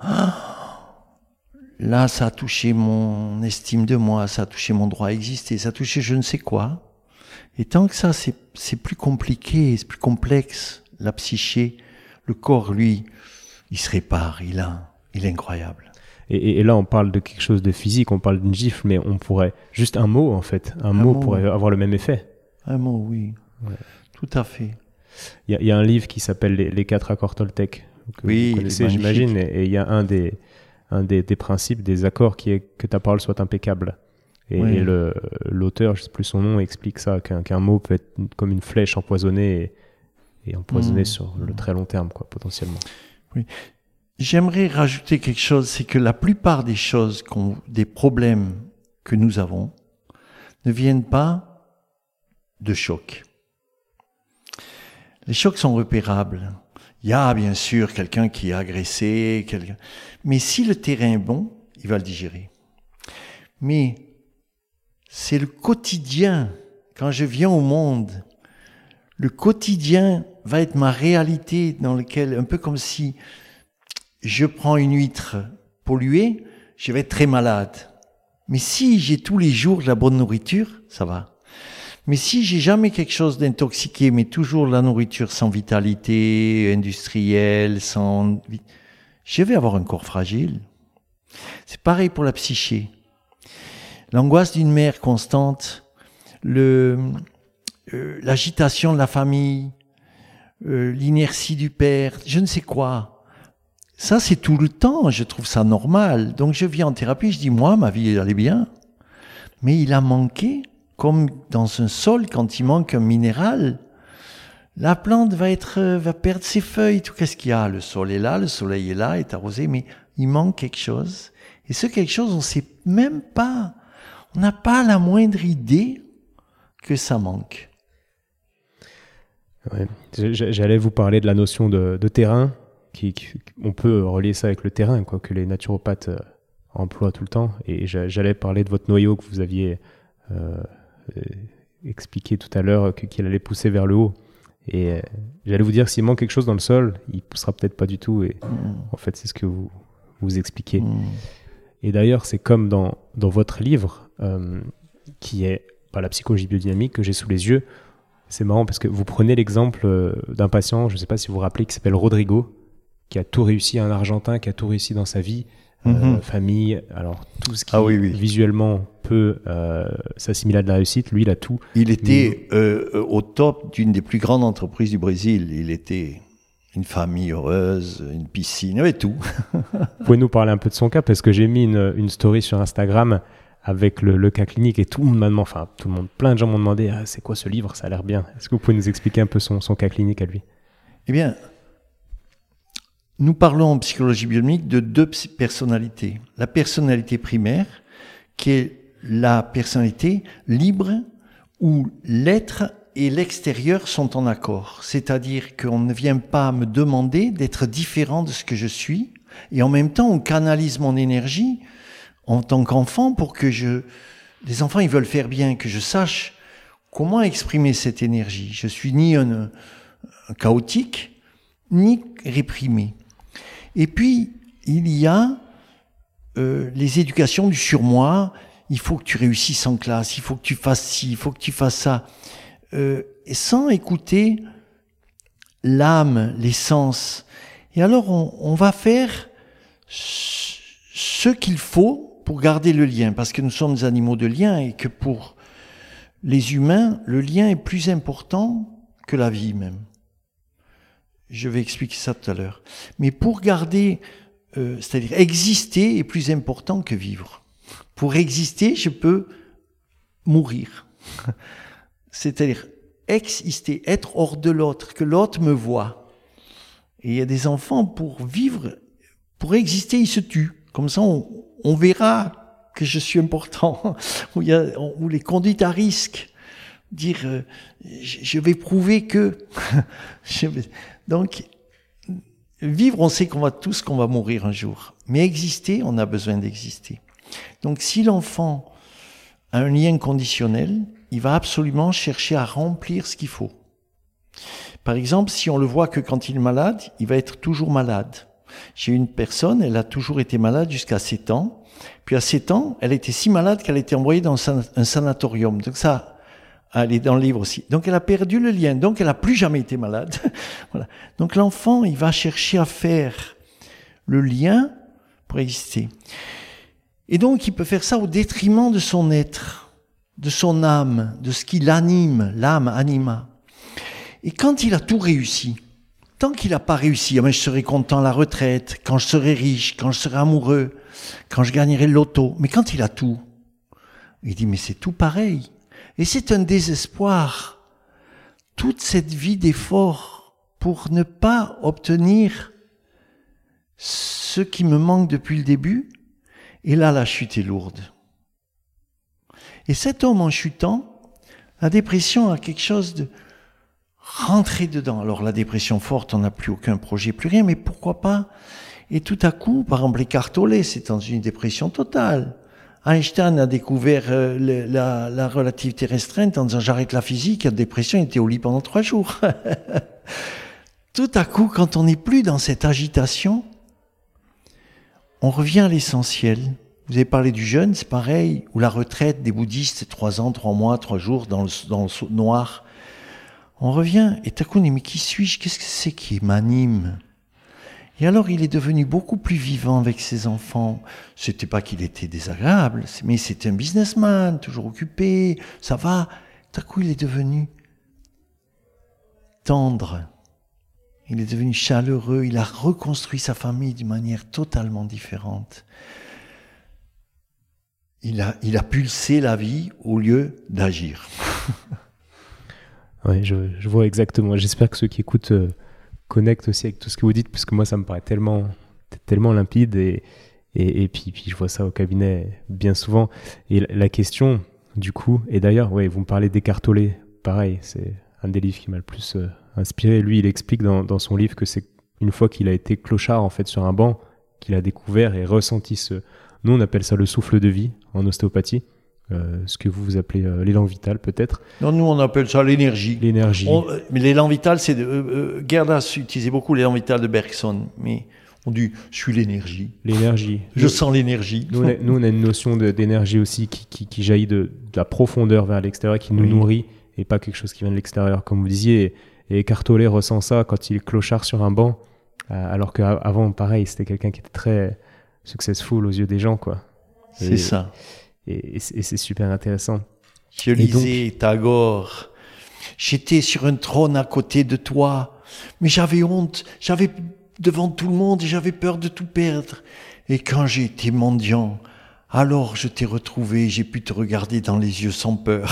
A: là, ça a touché mon estime de moi, ça a touché mon droit à exister, ça a touché je ne sais quoi. Et tant que ça, c'est, c'est plus compliqué, c'est plus complexe, la psyché, le corps, lui, il se répare, il a... Il est incroyable.
B: Et, et là, on parle de quelque chose de physique, on parle d'une gifle, mais on pourrait... Juste un mot, en fait. Un, un mot, mot pourrait avoir le même effet.
A: Un mot, oui. Ouais. Tout à fait.
B: Il y, y a un livre qui s'appelle Les, les quatre accords Toltec, que oui, vous connaissez, j'imagine. Et il y a un des, un des, des principes, des accords, qui est que ta parole soit impeccable. Et, oui. et le, l'auteur, je ne sais plus son nom, explique ça, qu'un, qu'un mot peut être comme une flèche empoisonnée, et, et empoisonnée mmh. sur le très long terme, quoi, potentiellement.
A: Oui. J'aimerais rajouter quelque chose, c'est que la plupart des choses, qu'on, des problèmes que nous avons, ne viennent pas de chocs. Les chocs sont repérables. Il y a bien sûr quelqu'un qui est agressé, quelqu'un... mais si le terrain est bon, il va le digérer. Mais c'est le quotidien, quand je viens au monde, le quotidien va être ma réalité dans lequel, un peu comme si je prends une huître polluée, je vais être très malade. Mais si j'ai tous les jours de la bonne nourriture, ça va. Mais si j'ai jamais quelque chose d'intoxiqué, mais toujours la nourriture sans vitalité, industrielle, sans... je vais avoir un corps fragile. C'est pareil pour la psyché. L'angoisse d'une mère constante, le, euh, l'agitation de la famille, euh, l'inertie du père, je ne sais quoi. Ça, c'est tout le temps, je trouve ça normal. Donc je viens en thérapie, je dis, moi, ma vie, elle allait bien. Mais il a manqué, comme dans un sol, quand il manque un minéral, la plante va être, va perdre ses feuilles, tout qu'est-ce qu'il y a? Le sol est là, le soleil est là, est arrosé, mais il manque quelque chose. Et ce quelque chose, on ne sait même pas, on n'a pas la moindre idée que ça manque.
B: Ouais. J'allais vous parler de la notion de, de terrain. Qui, qui, on peut relier ça avec le terrain, quoi, que les naturopathes euh, emploient tout le temps. Et j'allais parler de votre noyau que vous aviez euh, expliqué tout à l'heure, que, qu'il allait pousser vers le haut. Et euh, j'allais vous dire, s'il manque quelque chose dans le sol, il poussera peut-être pas du tout. Et mmh. en fait, c'est ce que vous, vous expliquez. Mmh. Et d'ailleurs, c'est comme dans, dans votre livre, euh, qui est bah, la psychologie biodynamique, que j'ai sous les yeux. C'est marrant parce que vous prenez l'exemple d'un patient, je ne sais pas si vous vous rappelez, qui s'appelle Rodrigo, qui a tout réussi, un Argentin qui a tout réussi dans sa vie, mm-hmm. euh, famille, alors tout ce qui
A: ah, oui, oui.
B: visuellement peut euh, s'assimiler à de la réussite, lui il a tout.
A: Il était euh, au top d'une des plus grandes entreprises du Brésil, il était une famille heureuse, une piscine, il avait tout.
B: Vous pouvez nous parler un peu de son cas, parce que j'ai mis une, une story sur Instagram avec le, le cas clinique et tout le monde m'a demandé, enfin tout le monde, plein de gens m'ont demandé ah, c'est quoi ce livre, ça a l'air bien. Est-ce que vous pouvez nous expliquer un peu son, son cas clinique à lui?
A: Eh bien, nous parlons en psychologie biodynamique de deux personnalités. La personnalité primaire, qui est la personnalité libre où l'être et l'extérieur sont en accord. C'est-à-dire qu'on ne vient pas me demander d'être différent de ce que je suis et en même temps on canalise mon énergie en tant qu'enfant pour que je... Les enfants, ils veulent faire bien, que je sache comment exprimer cette énergie. Je suis ni un, un chaotique, ni réprimé. Et puis, il y a euh, les éducations du surmoi. Il faut que tu réussisses en classe, il faut que tu fasses ci, il faut que tu fasses ça. Euh, et sans écouter l'âme, l'essence. Et alors, on, on va faire ce qu'il faut pour garder le lien, parce que nous sommes des animaux de lien et que pour les humains, le lien est plus important que la vie même. Je vais expliquer ça tout à l'heure. Mais pour garder, euh, c'est-à-dire exister est plus important que vivre. Pour exister, je peux mourir. C'est-à-dire exister, être hors de l'autre, que l'autre me voit. Et il y a des enfants, pour vivre, pour exister, ils se tuent. Comme ça, on, on verra que je suis important. Où, il y a, où les conduites à risque, dire euh, je vais prouver que... je vais... Donc, vivre, on sait qu'on va tous qu'on va mourir un jour. Mais exister, on a besoin d'exister. Donc, si l'enfant a un lien conditionnel, il va absolument chercher à remplir ce qu'il faut. Par exemple, si on le voit que quand il est malade, il va être toujours malade. J'ai une personne, elle a toujours été malade jusqu'à sept ans. Puis à sept ans, elle était si malade qu'elle a été envoyée dans un sanatorium. Donc ça, elle est dans le livre aussi. Donc elle a perdu le lien. Donc elle n'a plus jamais été malade. Voilà. Donc l'enfant, il va chercher à faire le lien pour exister. Et donc il peut faire ça au détriment de son être, de son âme, de ce qui l'anime, l'âme anima. Et quand il a tout réussi, tant qu'il n'a pas réussi, ah ben je serai content à la retraite, quand je serai riche, quand je serai amoureux, quand je gagnerai le loto. Mais quand il a tout, il dit mais c'est tout pareil. Et c'est un désespoir. Toute cette vie d'effort pour ne pas obtenir ce qui me manque depuis le début. Et là, la chute est lourde. Et cet homme en chutant, la dépression a quelque chose de rentrer dedans. Alors la dépression forte, on n'a plus aucun projet, plus rien, mais pourquoi pas? Et tout à coup, par exemple, Eckhart Tolle, c'est dans une dépression totale. Einstein a découvert euh, le, la, la relativité restreinte en disant j'arrête la physique, la dépression, il était au lit pendant trois jours. Tout à coup, quand on n'est plus dans cette agitation, on revient à l'essentiel. Vous avez parlé du jeûne, c'est pareil, ou la retraite des bouddhistes, trois ans, trois mois, trois jours dans le, dans le noir. On revient, et tout à coup on dit, mais qui suis-je? Qu'est-ce que c'est qui m'anime? Et alors il est devenu beaucoup plus vivant avec ses enfants. C'était pas qu'il était désagréable, mais c'était un businessman, toujours occupé, ça va. Tout à coup il est devenu tendre. Il est devenu chaleureux, il a reconstruit sa famille d'une manière totalement différente. Il a, il a pulsé la vie au lieu d'agir.
B: Oui, je, je vois exactement. J'espère que ceux qui écoutent euh, connectent aussi avec tout ce que vous dites, parce que moi, ça me paraît tellement, tellement limpide. Et, et, et puis, puis, je vois ça au cabinet bien souvent. Et la, la question, du coup, et d'ailleurs, ouais, vous me parlez d'Eckhart Tolle, pareil, c'est un des livres qui m'a le plus euh, inspiré. Lui, il explique dans, dans son livre que c'est une fois qu'il a été clochard, en fait, sur un banc, qu'il a découvert et ressenti ce... Nous, on appelle ça le souffle de vie en ostéopathie. Euh, ce que vous, vous appelez euh, l'élan vital, peut-être.
A: Non, nous, on appelle ça l'énergie.
B: L'énergie.
A: On, euh, mais l'élan vital, c'est... De, euh, euh, Gerdas utilisait beaucoup l'élan vital de Bergson, mais on dit « je suis l'énergie ».
B: L'énergie.
A: Je nous, sens l'énergie.
B: Nous on, a, nous, on a une notion de, d'énergie aussi qui, qui, qui jaillit de, de la profondeur vers l'extérieur, qui nous oui. nourrit, et pas quelque chose qui vient de l'extérieur, comme vous disiez. Et, et Eckhart Tolle ressent ça quand il est clochard sur un banc, euh, alors qu'avant, pareil, c'était quelqu'un qui était très successful aux yeux des gens, quoi.
A: C'est et, ça.
B: Et, et, et c'est super intéressant.
A: Je et lisais donc... Tagore. J'étais sur un trône à côté de toi, mais j'avais honte. J'avais devant tout le monde et j'avais peur de tout perdre. Et quand j'ai été mendiant, alors je t'ai retrouvé, j'ai pu te regarder dans les yeux sans peur.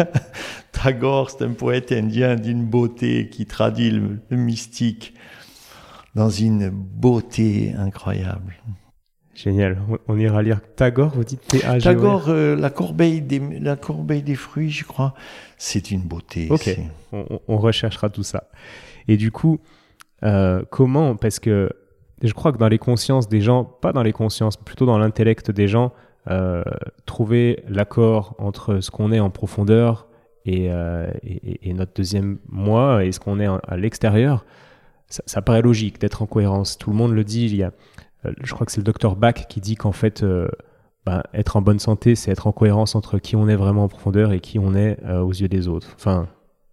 A: Tagore, c'est un poète indien d'une beauté qui traduit le, le mystique dans une beauté incroyable.
B: Génial. On ira lire Tagore, vous dites T A G O R.
A: Tagore, euh, la, corbeille des, la corbeille des fruits, je crois. C'est une beauté.
B: Ok, on, on recherchera tout ça. Et du coup, euh, comment, parce que je crois que dans les consciences des gens, pas dans les consciences, plutôt dans l'intellect des gens, euh, trouver l'accord entre ce qu'on est en profondeur et, euh, et, et notre deuxième moi et ce qu'on est à l'extérieur, ça, ça paraît logique d'être en cohérence. Tout le monde le dit, il y a... Je crois que c'est le docteur Bach qui dit qu'en fait, euh, bah, être en bonne santé, c'est être en cohérence entre qui on est vraiment en profondeur et qui on est euh, aux yeux des autres. Enfin,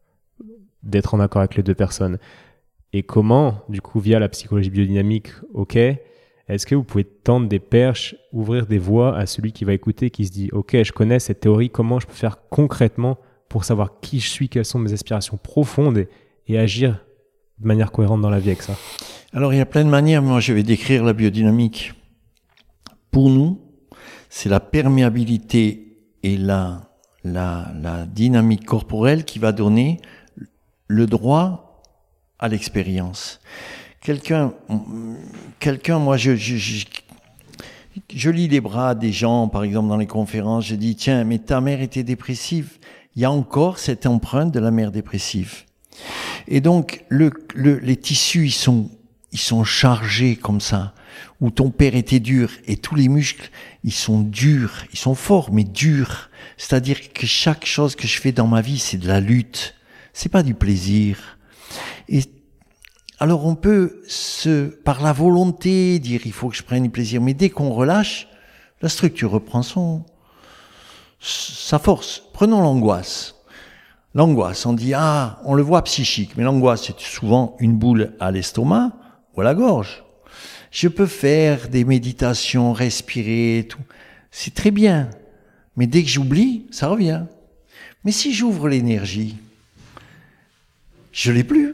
B: d'être en accord avec les deux personnes. Et comment, du coup, via la psychologie biodynamique, ok, est-ce que vous pouvez tendre des perches, ouvrir des voies à celui qui va écouter, qui se dit, ok, je connais cette théorie, comment je peux faire concrètement pour savoir qui je suis, quelles sont mes aspirations profondes et, et agir de manière cohérente dans la vie avec ça?
A: Alors, il y a plein de manières. Moi, je vais décrire la biodynamique. Pour nous, c'est la perméabilité et la, la, la dynamique corporelle qui va donner le droit à l'expérience. Quelqu'un, quelqu'un, moi, je, je, je, je lis les bras des gens, par exemple, dans les conférences, je dis, tiens, mais ta mère était dépressive. Il y a encore cette empreinte de la mère dépressive. Et donc, le, le, les tissus, ils sont, ils sont chargés comme ça. Où ton père était dur et tous les muscles, ils sont durs, ils sont forts, mais durs. C'est-à-dire que chaque chose que je fais dans ma vie, c'est de la lutte. C'est pas du plaisir. Et alors on peut se, par la volonté, dire il faut que je prenne du plaisir, mais dès qu'on relâche, la structure reprend son, sa force. Prenons l'angoisse. L'angoisse, on dit ah, on le voit psychique, mais l'angoisse c'est souvent une boule à l'estomac ou à la gorge. Je peux faire des méditations, respirer, tout. C'est très bien. Mais dès que j'oublie, ça revient. Mais si j'ouvre l'énergie, je l'ai plus.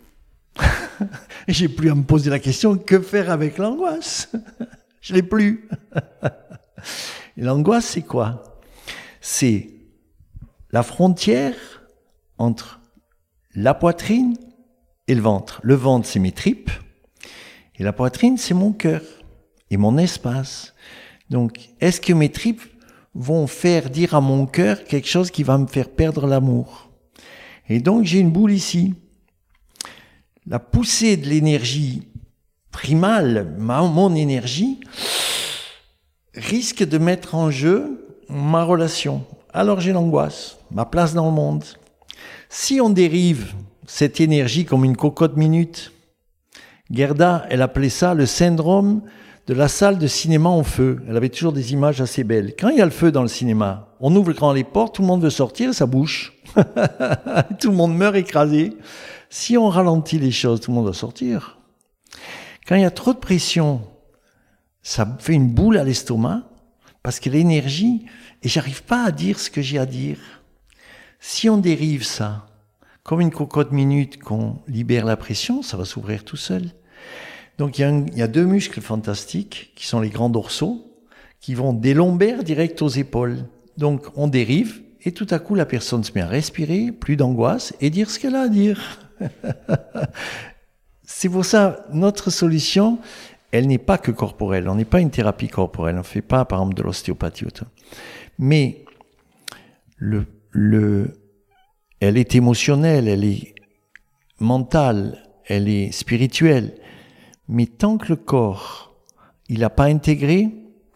A: J'ai plus à me poser la question, que faire avec l'angoisse? Je l'ai plus. Et l'angoisse, c'est quoi? C'est la frontière entre la poitrine et le ventre. Le ventre, c'est mes tripes. Et la poitrine, c'est mon cœur et mon espace. Donc, est-ce que mes tripes vont faire dire à mon cœur quelque chose qui va me faire perdre l'amour? Et donc, j'ai une boule ici. La poussée de l'énergie primale, ma, mon énergie, risque de mettre en jeu ma relation. Alors, j'ai l'angoisse, ma place dans le monde. Si on dérive cette énergie comme une cocotte minute, Gerda, elle appelait ça le syndrome de la salle de cinéma en feu. Elle avait toujours des images assez belles. Quand il y a le feu dans le cinéma, on ouvre grand les portes, tout le monde veut sortir, ça bouche. Tout le monde meurt écrasé. Si on ralentit les choses, tout le monde va sortir. Quand il y a trop de pression, ça fait une boule à l'estomac, parce que l'énergie, et j'arrive pas à dire ce que j'ai à dire. Si on dérive ça, comme une cocotte minute qu'on libère la pression, ça va s'ouvrir tout seul. Donc il y, a un, il y a deux muscles fantastiques, qui sont les grands dorsaux, qui vont des lombaires direct aux épaules. Donc on dérive, et tout à coup la personne se met à respirer, plus d'angoisse, et dire ce qu'elle a à dire. C'est pour ça, notre solution, elle n'est pas que corporelle. On n'est pas une thérapie corporelle. On ne fait pas, par exemple, de l'ostéopathie ou tout. Mais le, le, elle est émotionnelle, elle est mentale, elle est spirituelle. Mais tant que le corps, il n'a pas intégré,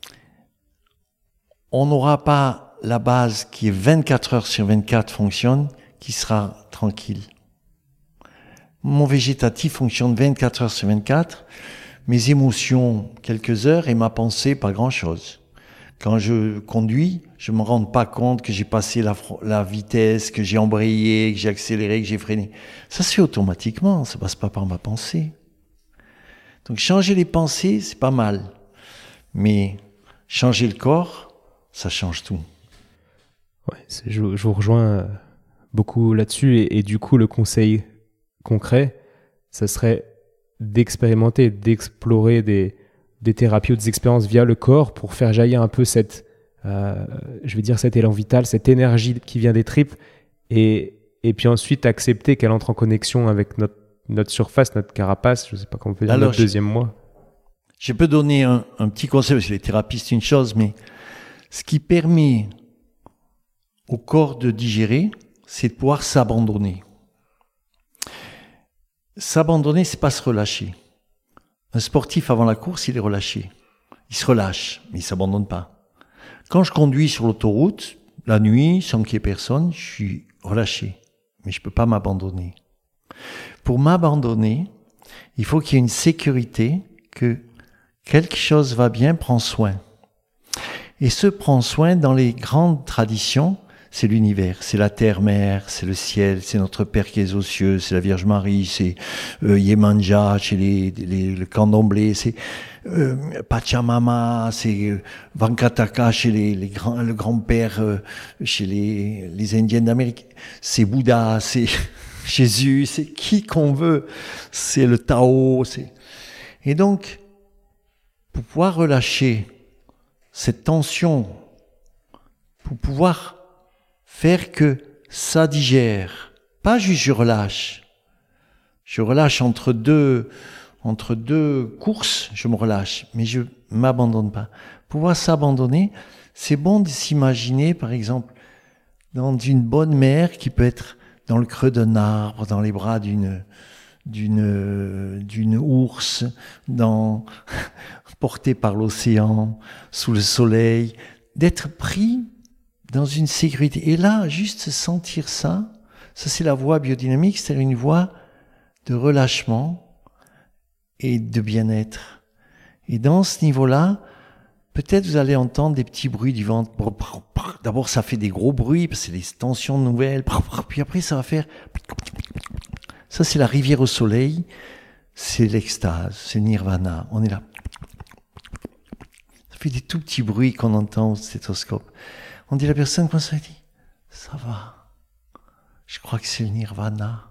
A: on n'aura pas la base qui est vingt-quatre heures sur vingt-quatre fonctionne, qui sera tranquille. Mon végétatif fonctionne vingt-quatre heures sur vingt-quatre, mes émotions quelques heures et ma pensée pas grand-chose. Quand je conduis, je me rends pas compte que j'ai passé la, la vitesse, que j'ai embrayé, que j'ai accéléré, que j'ai freiné. Ça se fait automatiquement, ça passe pas par ma pensée. Donc changer les pensées, c'est pas mal. Mais changer le corps, ça change tout.
B: Ouais, c'est, je, je vous rejoins beaucoup là-dessus. Et, et du coup, le conseil concret, ça serait d'expérimenter, d'explorer des, des thérapies ou des expériences via le corps pour faire jaillir un peu cette, euh, je vais dire cet élan vital, cette énergie qui vient des tripes et, et puis ensuite accepter qu'elle entre en connexion avec notre, notre surface, notre carapace, je ne sais pas comment on peut dire, Alors, notre je, deuxième moi.
A: Je peux donner un, un petit conseil, parce que les thérapies c'est une chose, mais ce qui permet au corps de digérer, c'est de pouvoir s'abandonner. S'abandonner, c'est pas se relâcher. Un sportif, avant la course, il est relâché. Il se relâche, mais il s'abandonne pas. Quand je conduis sur l'autoroute, la nuit, sans qu'il y ait personne, je suis relâché. Mais je peux pas m'abandonner. Pour m'abandonner, il faut qu'il y ait une sécurité que quelque chose va bien, prend soin. Et ce prend soin, dans les grandes traditions, c'est l'univers, c'est la terre-mère, c'est le ciel, c'est notre Père qui est aux cieux, c'est la Vierge Marie, c'est euh, Yemanja chez les, les, le candomblé, c'est euh, Pachamama, c'est euh, Venkataka chez les, les grands, le grand-père euh, chez les, les Indiens d'Amérique, c'est Bouddha, c'est Jésus, c'est qui qu'on veut, c'est le Tao, c'est... Et donc, pour pouvoir relâcher cette tension, pour pouvoir faire que ça digère, pas juste je relâche, je relâche entre deux, entre deux courses, je me relâche, mais je m'abandonne pas. Pour pouvoir s'abandonner, c'est bon de s'imaginer, par exemple, dans une bonne mer qui peut être dans le creux d'un arbre, dans les bras d'une d'une d'une ours, dans porté par l'océan, sous le soleil, d'être pris dans une sécurité. Et là, juste sentir ça, ça c'est la voie biodynamique, c'est une voie de relâchement et de bien-être. Et dans ce niveau-là, peut-être vous allez entendre des petits bruits du ventre. D'abord, ça fait des gros bruits, parce que c'est des tensions nouvelles. Puis après, ça va faire... Ça, c'est la rivière au soleil. C'est l'extase, c'est le nirvana. On est là. Ça fait des tout petits bruits qu'on entend au stéthoscope. On dit à la personne, comment ça dit ? Ça va. Je crois que c'est le nirvana.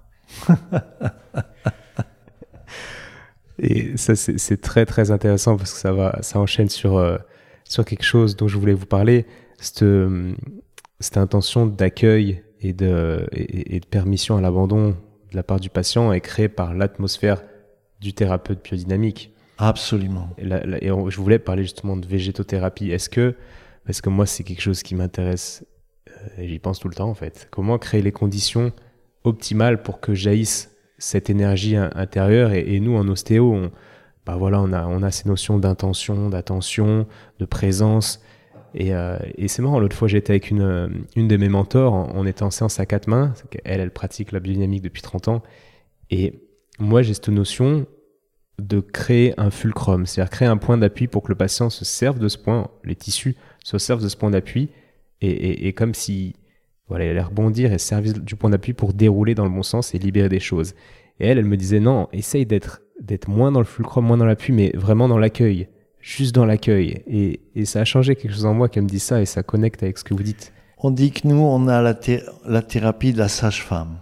B: Et ça, c'est, c'est très, très intéressant parce que ça va, ça enchaîne sur, euh, sur quelque chose dont je voulais vous parler. Cette, euh, cette intention d'accueil et de, et, et de permission à l'abandon de la part du patient est créée par l'atmosphère du thérapeute biodynamique.
A: Absolument.
B: Et, la, la, et on, je voulais parler justement de végétothérapie. Est-ce que, parce que moi, c'est quelque chose qui m'intéresse euh, et j'y pense tout le temps en fait. Comment créer les conditions optimales pour que jaillisse cette énergie intérieure et, et nous en ostéo, on, bah voilà, on a, on a ces notions d'intention, d'attention, de présence. Et, euh, et c'est marrant, l'autre fois j'étais avec une, une de mes mentors, on, on était en séance à quatre mains, elle, elle pratique la biodynamique depuis trente ans, et moi j'ai cette notion de créer un fulcrum, c'est-à-dire créer un point d'appui pour que le patient se serve de ce point, les tissus se servent de ce point d'appui, et, et, et comme si voilà, elle allait rebondir et se servir du point d'appui pour dérouler dans le bon sens et libérer des choses. Et elle, elle me disait non, essaye d'être, d'être moins dans le fulcrum, moins dans l'appui, mais vraiment dans l'accueil. Juste dans l'accueil. Et, et ça a changé quelque chose en moi qu'elle me dit ça et ça connecte avec ce que vous dites.
A: On dit que nous, on a la, thé- la thérapie de la sage-femme.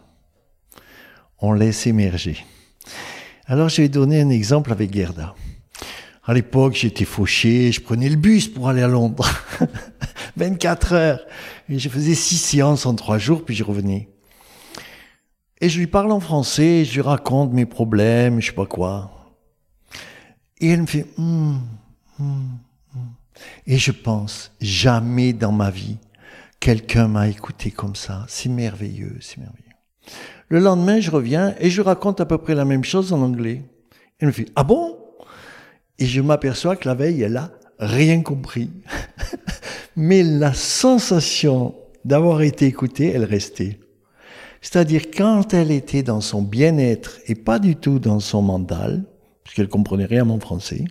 A: On laisse émerger. Alors, je vais donner un exemple avec Gerda. À l'époque, j'étais fauché, je prenais le bus pour aller à Londres. vingt-quatre heures. Et je faisais six séances en trois jours, puis je revenais. Et je lui parle en français, je lui raconte mes problèmes, je sais pas quoi. Et elle me fait... Mm, mm, mm. Et je pense, jamais dans ma vie, quelqu'un m'a écouté comme ça. C'est merveilleux, c'est merveilleux. Le lendemain, je reviens et je raconte à peu près la même chose en anglais. Elle me fait « Ah bon ?» Et je m'aperçois que la veille, elle a rien compris. Mais la sensation d'avoir été écoutée, elle restait. C'est-à-dire quand elle était dans son bien-être et pas du tout dans son mental, parce qu'elle comprenait rien à mon français,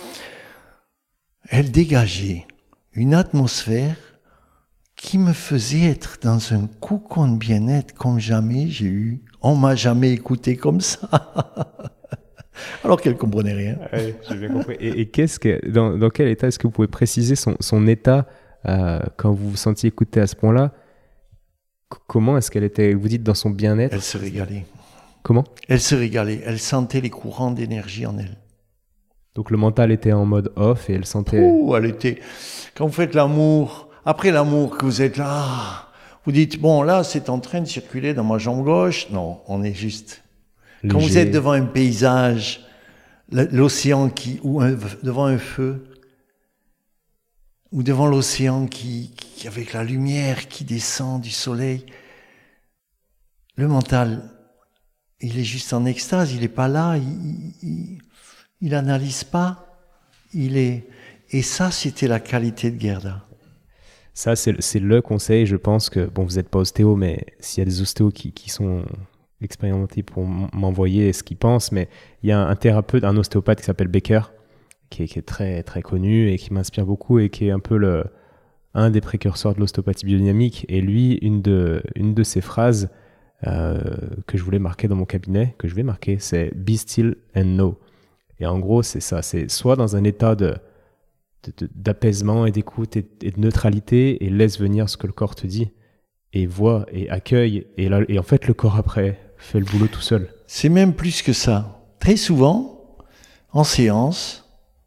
A: elle dégageait une atmosphère qui me faisait être dans un cocon de bien-être comme jamais j'ai eu. On m'a jamais écouté comme ça. Alors qu'elle comprenait rien.
B: Oui, j'ai bien compris. Et, et qu'est-ce que, dans, dans quel état est-ce que vous pouvez préciser son, son état euh, quand vous vous sentiez écouté à ce point-là? C- Comment est-ce qu'elle était, vous dites, dans son bien-être?
A: Elle se régalait.
B: Comment?
A: Elle se régalait. Elle sentait les courants d'énergie en elle.
B: Donc le mental était en mode off et elle sentait...
A: Ouh, elle était... Quand vous faites l'amour, après l'amour, que vous êtes là, vous dites, bon, là, c'est en train de circuler dans ma jambe gauche. Non, on est juste...
B: léger.
A: Quand vous êtes devant un paysage, l'océan qui... ou un, devant un feu, ou devant l'océan qui, qui... avec la lumière qui descend du soleil, le mental, il est juste en extase, il n'est pas là, il... il Il n'analyse pas, il est... Et ça, c'était la qualité de Gerda.
B: Ça, c'est, c'est le conseil, je pense que... Bon, vous n'êtes pas ostéo, mais s'il y a des ostéos qui, qui sont expérimentés pour m'envoyer ce qu'ils pensent, mais il y a un thérapeute, un ostéopathe qui s'appelle Becker, qui est, qui est très, très connu et qui m'inspire beaucoup et qui est un peu le, un des précurseurs de l'ostéopathie biodynamique. Et lui, une de, une de ses phrases euh, que je voulais marquer dans mon cabinet, que je vais marquer, c'est « Be still and know ». Et en gros, c'est ça. C'est soit dans un état de, de, de, d'apaisement et d'écoute et, et de neutralité et laisse venir ce que le corps te dit et voit et accueille. Et, là, et en fait, le corps, après, fait le boulot tout seul.
A: C'est même plus que ça. Très souvent, en séance,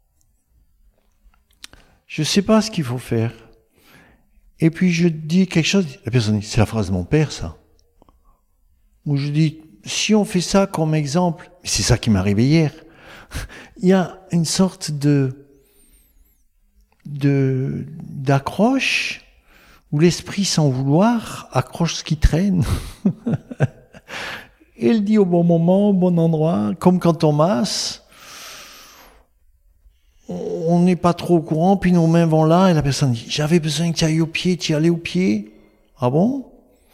A: je ne sais pas ce qu'il faut faire. Et puis je dis quelque chose, la personne dit, c'est la phrase de mon père, ça. Ou je dis, si on fait ça comme exemple, c'est ça qui m'est arrivé hier, il y a une sorte de, de, d'accroche, où l'esprit, sans vouloir, accroche ce qui traîne. Et il dit au bon moment, au bon endroit, comme quand on masse, on n'est pas trop au courant, puis nos mains vont là, et la personne dit, j'avais besoin que tu ailles au pied, tu y allais au pied. Ah bon?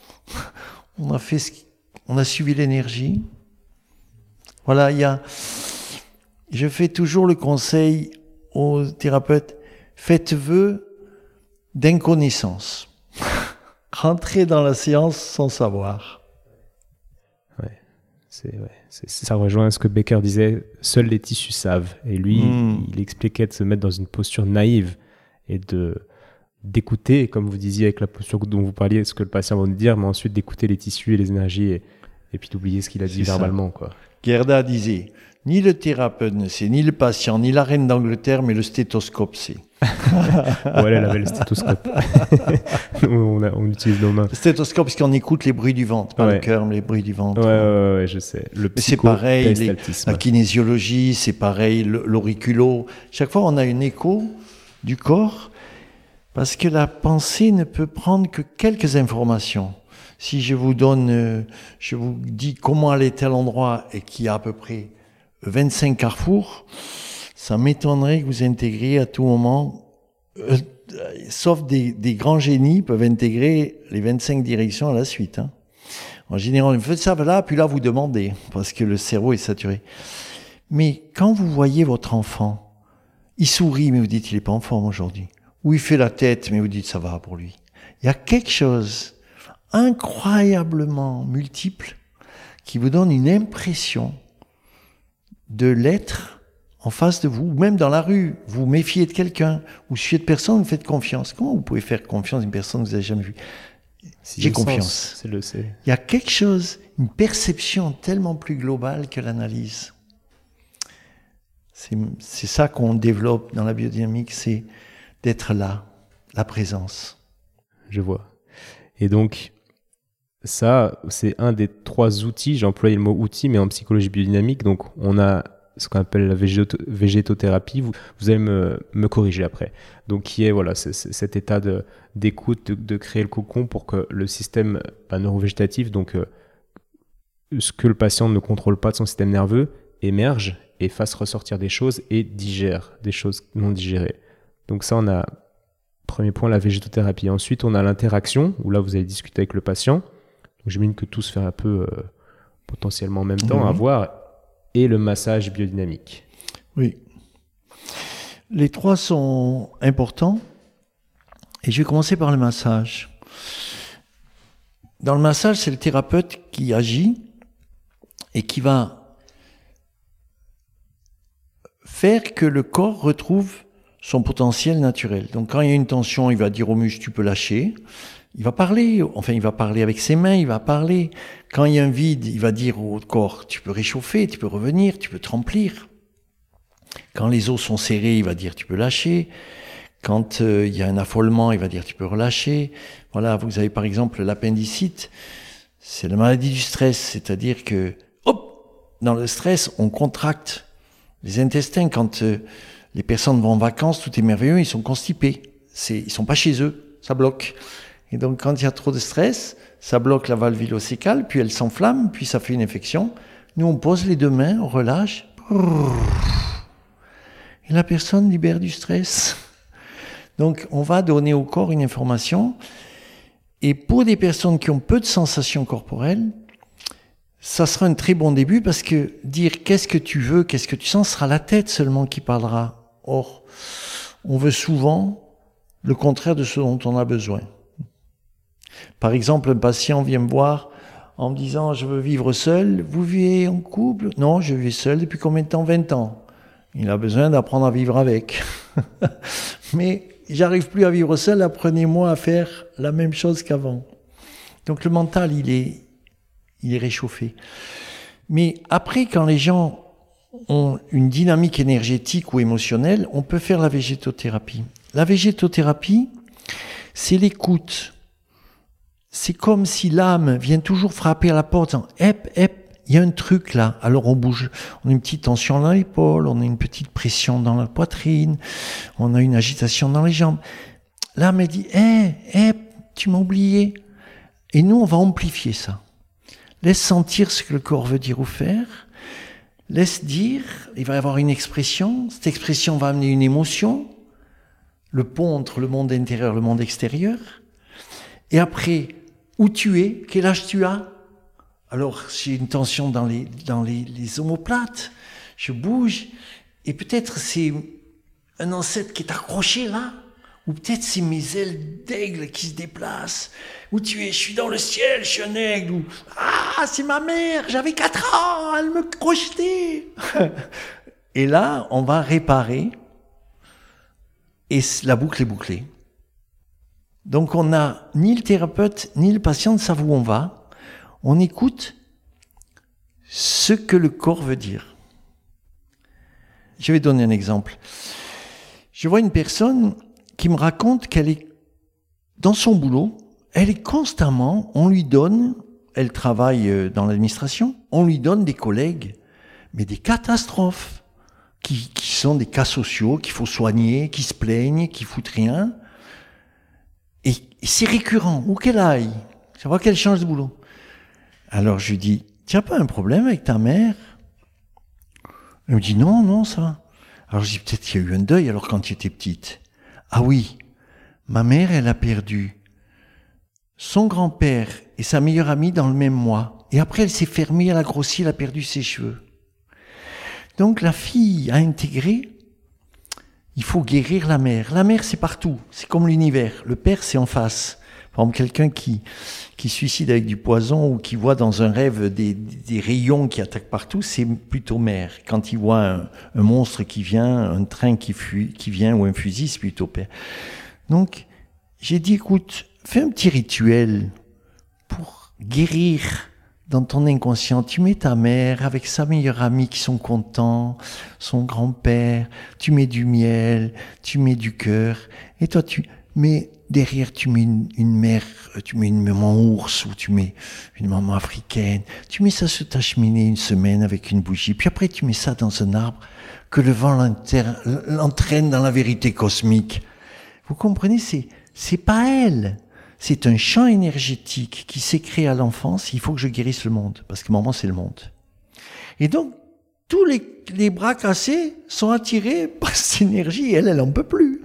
A: On a fait ce qui, on a suivi l'énergie. Voilà, il y a, je fais toujours le conseil aux thérapeutes, faites vœu d'inconnaissance. Rentrez dans la séance sans savoir.
B: Ouais, c'est, ouais, c'est, ça rejoint ce que Becker disait, seuls les tissus savent. Et lui, mmh. il expliquait de se mettre dans une posture naïve et de, d'écouter, comme vous disiez avec la posture dont vous parliez, ce que le patient va nous dire, mais ensuite d'écouter les tissus et les énergies et, et puis d'oublier ce qu'il a dit c'est verbalement. Quoi.
A: Gerda disait, ni le thérapeute ne sait, ni le patient, ni la reine d'Angleterre, mais le stéthoscope sait.
B: Ouais, elle avait le stéthoscope. Nous, on, a, on utilise nos mains.
A: Le stéthoscope, parce qu'on écoute les bruits du ventre, pas ouais. le cœur, mais les bruits du ventre.
B: Ouais, ouais, ouais, je sais. Le
A: psycho, c'est pareil, les, la kinésiologie, c'est pareil, l'auriculo. Chaque fois, on a un écho du corps, parce que la pensée ne peut prendre que quelques informations. Si je vous donne, euh, je vous dis comment aller à tel endroit et qu'il y a à peu près vingt-cinq carrefours, ça m'étonnerait que vous intégriez à tout moment, euh, sauf des, des grands génies peuvent intégrer les vingt-cinq directions à la suite. Hein. En général, vous faites ça là, puis là vous demandez, parce que le cerveau est saturé. Mais quand vous voyez votre enfant, il sourit, mais vous dites il n'est pas en forme aujourd'hui. Ou il fait la tête, mais vous dites ça va pour lui. Il y a quelque chose incroyablement multiple qui vous donne une impression de l'être en face de vous, ou même dans la rue, vous vous méfiez de quelqu'un, ou suivez de personne, vous faites confiance. Comment vous pouvez faire confiance à une personne que vous n'avez jamais vue? Si j'ai confiance.
B: C'est le, c'est...
A: Il y a quelque chose, une perception tellement plus globale que l'analyse. C'est, c'est ça qu'on développe dans la biodynamique, c'est d'être là, la présence.
B: Je vois. Et donc, ça, c'est un des trois outils, j'ai employé le mot outil, mais en psychologie biodynamique, donc on a ce qu'on appelle la végéto- végétothérapie, vous, vous allez me, me corriger après, donc qui est voilà, c'est, c'est cet état de, d'écoute, de, de créer le cocon pour que le système bah, neurovégétatif, donc euh, ce que le patient ne contrôle pas de son système nerveux, émerge et fasse ressortir des choses et digère des choses non digérées. Donc ça, on a, premier point, la végétothérapie. Ensuite, on a l'interaction, où là, vous allez discuter avec le patient. Donc, j'imagine que tout se fait un peu euh, potentiellement en même temps mmh. à voir. Et le massage biodynamique.
A: Oui. Les trois sont importants. Et je vais commencer par le massage. Dans le massage, c'est le thérapeute qui agit et qui va faire que le corps retrouve son potentiel naturel. Donc quand il y a une tension, il va dire au muscle, tu peux lâcher. Il va parler, enfin il va parler avec ses mains, il va parler. Quand il y a un vide, il va dire au corps, tu peux réchauffer, tu peux revenir, tu peux te remplir. Quand les os sont serrés, il va dire, tu peux lâcher. Quand euh, il y a un affolement, il va dire, tu peux relâcher. Voilà, vous avez par exemple l'appendicite, c'est la maladie du stress, c'est-à-dire que, hop, dans le stress, on contracte les intestins. Quand euh, les personnes vont en vacances, tout est merveilleux, ils sont constipés. C'est, ils sont pas chez eux, ça bloque. Et donc, quand il y a trop de stress, ça bloque la valve iléocécale, puis elle s'enflamme, puis ça fait une infection. Nous, on pose les deux mains, on relâche. Et la personne libère du stress. Donc, on va donner au corps une information. Et pour des personnes qui ont peu de sensations corporelles, ça sera un très bon début parce que dire qu'est-ce que tu veux, qu'est-ce que tu sens, sera la tête seulement qui parlera. Or, on veut souvent le contraire de ce dont on a besoin. Par exemple, un patient vient me voir en me disant « Je veux vivre seul. Vous vivez en couple ?»« Non, je vis seul depuis combien de temps ? vingt ans. » Il a besoin d'apprendre à vivre avec. Mais j'arrive plus à vivre seul, apprenez-moi à faire la même chose qu'avant. Donc le mental, il est, il est réchauffé. Mais après, quand les gens ont une dynamique énergétique ou émotionnelle, on peut faire la végétothérapie. La végétothérapie, c'est l'écoute. C'est comme si l'âme vient toujours frapper à la porte en « Hep, hep ». Il y a un truc là, alors on bouge, on a une petite tension dans l'épaule, on a une petite pression dans la poitrine, on a une agitation dans les jambes. L'âme elle dit, hé, hé, tu m'as oublié. Et nous on va amplifier ça. Laisse sentir ce que le corps veut dire ou faire, laisse dire, il va y avoir une expression, cette expression va amener une émotion, le pont entre le monde intérieur et le monde extérieur, et après, où tu es, quel âge tu as? Alors, j'ai une tension dans les, dans les, les omoplates, je bouge, et peut-être c'est un ancêtre qui est accroché là, ou peut-être c'est mes ailes d'aigle qui se déplacent, où tu es, je suis dans le ciel, je suis un aigle, ou ah, c'est ma mère, j'avais quatre ans, elle me crochetait. Et là, on va réparer, et la boucle est bouclée. Donc, on n'a ni le thérapeute, ni le patient ne savent où on va. On écoute ce que le corps veut dire. Je vais donner un exemple. Je vois une personne qui me raconte qu'elle est dans son boulot, elle est constamment, on lui donne, elle travaille dans l'administration, on lui donne des collègues, mais des catastrophes, qui, qui sont des cas sociaux, qu'il faut soigner, qui se plaignent, qui foutent rien. Et, et c'est récurrent, où qu'elle aille, je vois qu'elle change de boulot. Alors je lui dis, tu n'as pas un problème avec ta mère? Elle me dit, non, non, ça va. Alors je dis, peut-être qu'il y a eu un deuil alors quand tu étais petite. Ah oui, ma mère, elle a perdu son grand-père et sa meilleure amie dans le même mois. Et après, elle s'est fermée, elle a grossi, elle a perdu ses cheveux. Donc la fille a intégré, il faut guérir la mère. La mère, c'est partout, c'est comme l'univers. Le père, c'est en face. Par exemple, quelqu'un qui, qui suicide avec du poison ou qui voit dans un rêve des, des rayons qui attaquent partout, c'est plutôt mère. Quand il voit un, un monstre qui vient, un train qui, fuit, qui vient ou un fusil, c'est plutôt père. Donc, j'ai dit, écoute, fais un petit rituel pour guérir dans ton inconscient. Tu mets ta mère avec sa meilleure amie qui sont contents, son grand-père, tu mets du miel, tu mets du cœur, et toi tu mets... Derrière, tu mets une, une mère, tu mets une maman ours ou tu mets une maman africaine. Tu mets ça sur ta cheminée une semaine avec une bougie. Puis après, tu mets ça dans un arbre que le vent l'entraîne dans la vérité cosmique. Vous comprenez, c'est, c'est pas elle. C'est un champ énergétique qui s'est créé à l'enfance. Il faut que je guérisse le monde. Parce que maman, c'est le monde. Et donc, tous les, les bras cassés sont attirés par cette énergie. Et elle, elle en peut plus.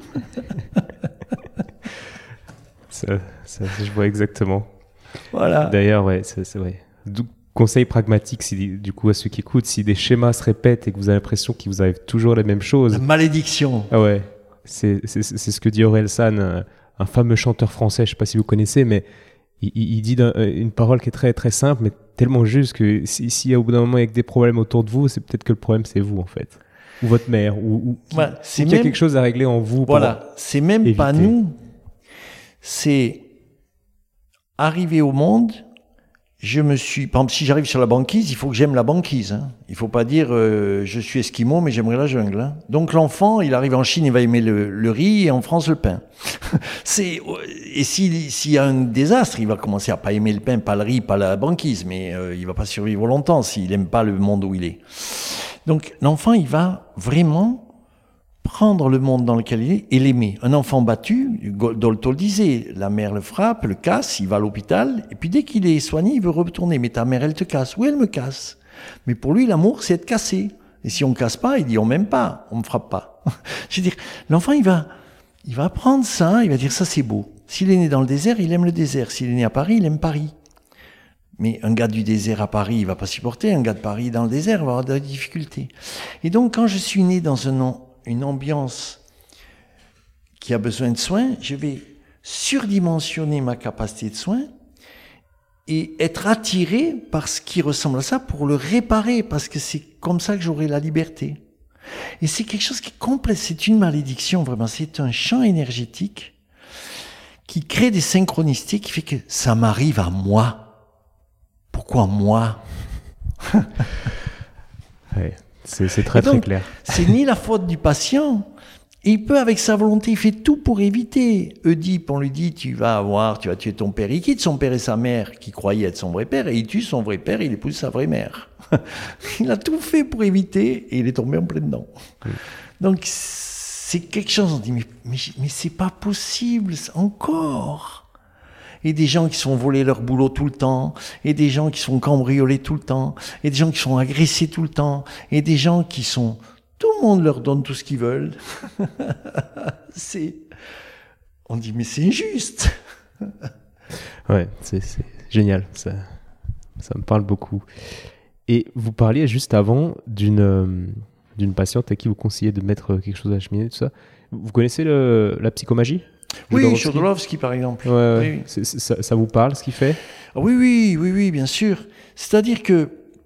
B: Ça, ça, je vois exactement.
A: Voilà.
B: D'ailleurs, ouais, c'est, c'est vrai. Du conseil pragmatique, si, du coup, à ceux qui écoutent, si des schémas se répètent et que vous avez l'impression qu'il vous arrive toujours la même chose.
A: La malédiction.
B: Ah ouais. C'est, c'est, c'est ce que dit Orelsan, un, un fameux chanteur français, je ne sais pas si vous connaissez, mais il, il dit une parole qui est très, très simple, mais tellement juste que si, si au bout d'un moment il y a que des problèmes autour de vous, c'est peut-être que le problème c'est vous en fait. Ou votre mère, ou, ou qui,
A: voilà, c'est
B: qu'il y a
A: même,
B: quelque chose à régler en vous.
A: Voilà, c'est même
B: éviter.
A: Pas nous. C'est arrivé au monde, je me suis... Par exemple, si j'arrive sur la banquise, il faut que j'aime la banquise. Hein. Il ne faut pas dire euh, « je suis esquimau, mais j'aimerais la jungle hein. ». Donc l'enfant, il arrive en Chine, il va aimer le, le riz, et en France, le pain. c'est, et s'il, s'il y a un désastre, il va commencer à ne pas aimer le pain, pas le riz, pas la banquise, mais euh, il ne va pas survivre longtemps s'il n'aime pas le monde où il est. Donc l'enfant, il va vraiment... prendre le monde dans lequel il est et l'aimer. Un enfant battu, Dolto le disait, la mère le frappe, le casse, il va à l'hôpital, et puis dès qu'il est soigné, il veut retourner. Mais ta mère, elle te casse. Oui, elle me casse. Mais pour lui, l'amour, c'est être cassé. Et si on ne casse pas, il dit, on m'aime pas, on me frappe pas. Je veux dire, l'enfant, il va, il va apprendre ça, il va dire, ça c'est beau. S'il est né dans le désert, il aime le désert. S'il est né à Paris, il aime Paris. Mais un gars du désert à Paris, il va pas supporter. Un gars de Paris dans le désert, il va avoir des difficultés. Et donc, quand je suis né dans un an, une ambiance qui a besoin de soins, je vais surdimensionner ma capacité de soins et être attiré par ce qui ressemble à ça pour le réparer, parce que c'est comme ça que j'aurai la liberté. Et c'est quelque chose qui est complexe, c'est une malédiction vraiment, c'est un champ énergétique qui crée des synchronicités, qui fait que ça m'arrive à moi. Pourquoi moi?
B: Ouais, c'est, c'est très donc, très clair.
A: C'est ni la faute du patient, et il peut, avec sa volonté, il fait tout pour éviter. Oedipe, on lui dit, tu vas avoir, tu vas tuer ton père. Il quitte son père et sa mère, qui croyaient être son vrai père, et il tue son vrai père et il épouse sa vraie mère. Il a tout fait pour éviter, et il est tombé en plein dedans. Oui. Donc, c'est quelque chose, on dit, mais, mais, mais c'est pas possible, encore. Et des gens qui sont volés leur boulot tout le temps, et des gens qui sont cambriolés tout le temps, et des gens qui sont agressés tout le temps, et des gens qui sont... Tout le monde leur donne tout ce qu'ils veulent. c'est... On dit, mais c'est injuste.
B: Ouais, c'est, c'est génial. Ça, ça me parle beaucoup. Et vous parliez juste avant d'une, euh, d'une patiente à qui vous conseillez de mettre quelque chose à la cheminée, tout ça. Vous connaissez le, la psychomagie?
A: Oui, Jodorowsky par exemple.
B: Ouais, ouais.
A: Oui, oui.
B: C'est, c'est, ça, ça vous parle, ce qu'il fait?
A: Ah, oui, oui, oui, oui, bien sûr. C'est-à-dire que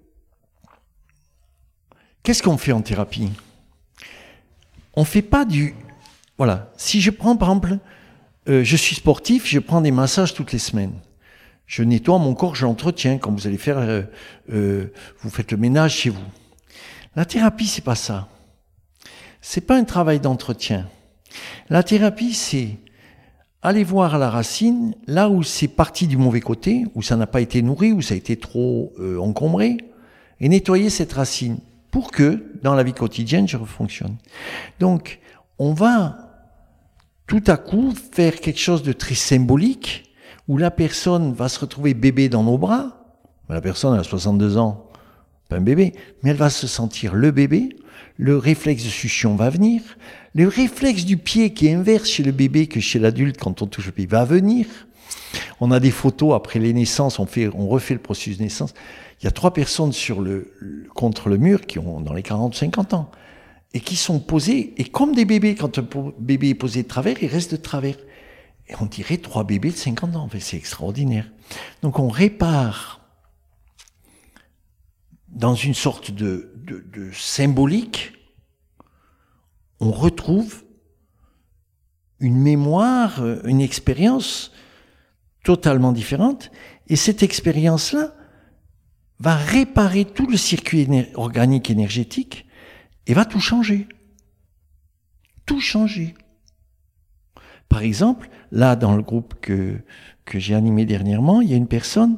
A: qu'est-ce qu'on fait en thérapie? On ne fait pas du... Voilà, si je prends par exemple, euh, je suis sportif, je prends des massages toutes les semaines. Je nettoie mon corps, je l'entretiens. Quand vous allez faire... Euh, euh, vous faites le ménage chez vous. La thérapie, c'est pas ça. C'est pas un travail d'entretien. La thérapie, c'est aller voir à la racine, là où c'est parti du mauvais côté, où ça n'a pas été nourri, où ça a été trop euh, encombré, et nettoyer cette racine pour que, dans la vie quotidienne, je refonctionne. Donc, on va tout à coup faire quelque chose de très symbolique, où la personne va se retrouver bébé dans nos bras. La personne elle a soixante-deux ans, pas un bébé, mais elle va se sentir le bébé. Le réflexe de succion va venir. Le réflexe du pied qui est inverse chez le bébé que chez l'adulte quand on touche le pied va venir. On a des photos après les naissances, on, fait, on refait le processus de naissance. Il y a trois personnes sur le, contre le mur qui ont dans les quarante cinquante ans et qui sont posées, et comme des bébés, quand un bébé est posé de travers, il reste de travers. Et on dirait trois bébés de cinquante ans. C'est extraordinaire. Donc on répare dans une sorte de, de, de symbolique, on retrouve une mémoire, une expérience totalement différente. Et cette expérience-là va réparer tout le circuit éner- organique énergétique et va tout changer. Tout changer. Par exemple, là, dans le groupe que, que j'ai animé dernièrement, il y a une personne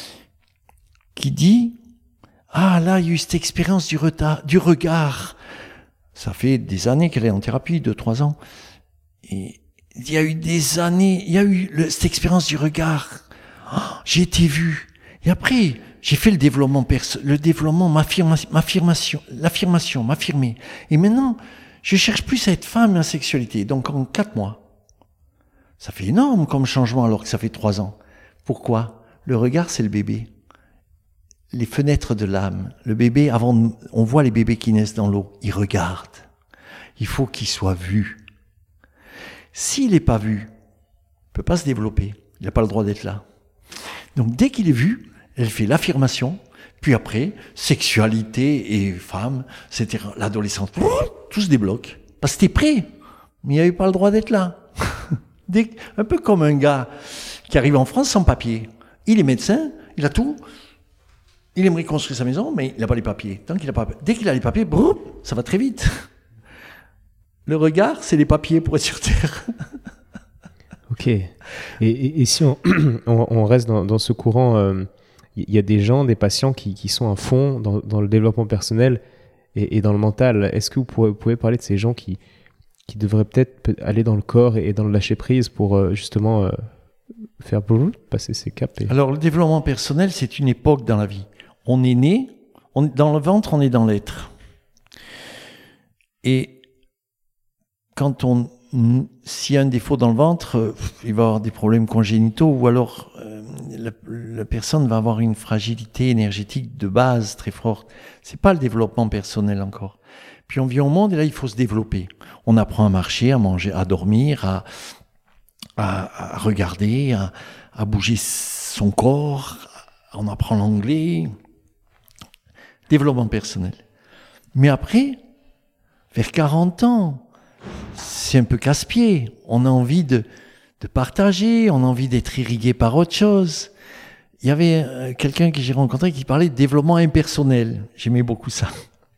A: qui dit « Ah, là, il y a eu cette expérience du, retard, du regard. » Ça fait des années qu'elle est en thérapie, deux, trois ans. Et il y a eu des années, il y a eu le, cette expérience du regard. Oh, j'ai été vu. Et après, j'ai fait le développement, perso- le développement, m'affirmation, m'affirmation, l'affirmation, m'affirmer. Et maintenant, je cherche plus à être femme et en sexualité. Donc, en quatre mois. Ça fait énorme comme changement alors que ça fait trois ans. Pourquoi? Le regard, c'est le bébé. Les fenêtres de l'âme. Le bébé, avant, de, on voit les bébés qui naissent dans l'eau. Ils regardent. Il faut qu'il soit vu. S'il n'est pas vu, il ne peut pas se développer. Il n'a pas le droit d'être là. Donc, dès qu'il est vu, elle fait l'affirmation. Puis après, sexualité et femme, c'était l'adolescence. Tout se débloque. Parce que t'es prêt. Mais il n'avait pas le droit d'être là. Dès, un peu comme un gars qui arrive en France sans papier. Il est médecin, il a tout. Il aimerait construire sa maison, mais il n'a pas les papiers. Tant qu'il a pas, dès qu'il a les papiers, brouh, ça va très vite. Le regard, c'est les papiers pour être sur Terre.
B: Ok. Et, et, et si on, on, on reste dans, dans ce courant, il euh, y a des gens, des patients qui, qui sont à fond dans, dans le développement personnel et, et dans le mental. Est-ce que vous pouvez, vous pouvez parler de ces gens qui qui devraient peut-être aller dans le corps et dans le lâcher-prise pour euh, justement euh, faire passer ces caps et...
A: Alors, le développement personnel, c'est une époque dans la vie. On est né, on, dans le ventre, on est dans l'être. Et quand on, s'il y a un défaut dans le ventre, euh, il va y avoir des problèmes congénitaux ou alors euh, la, la personne va avoir une fragilité énergétique de base très forte. C'est pas le développement personnel encore. Puis on vit au monde et là, il faut se développer. On apprend à marcher, à manger, à dormir, à, à, à regarder, à, à bouger son corps. On apprend l'anglais. Développement personnel. Mais après, vers quarante ans, c'est un peu casse-pied. On a envie de, de partager, on a envie d'être irrigué par autre chose. Il y avait euh, quelqu'un que j'ai rencontré qui parlait de développement impersonnel. J'aimais beaucoup ça.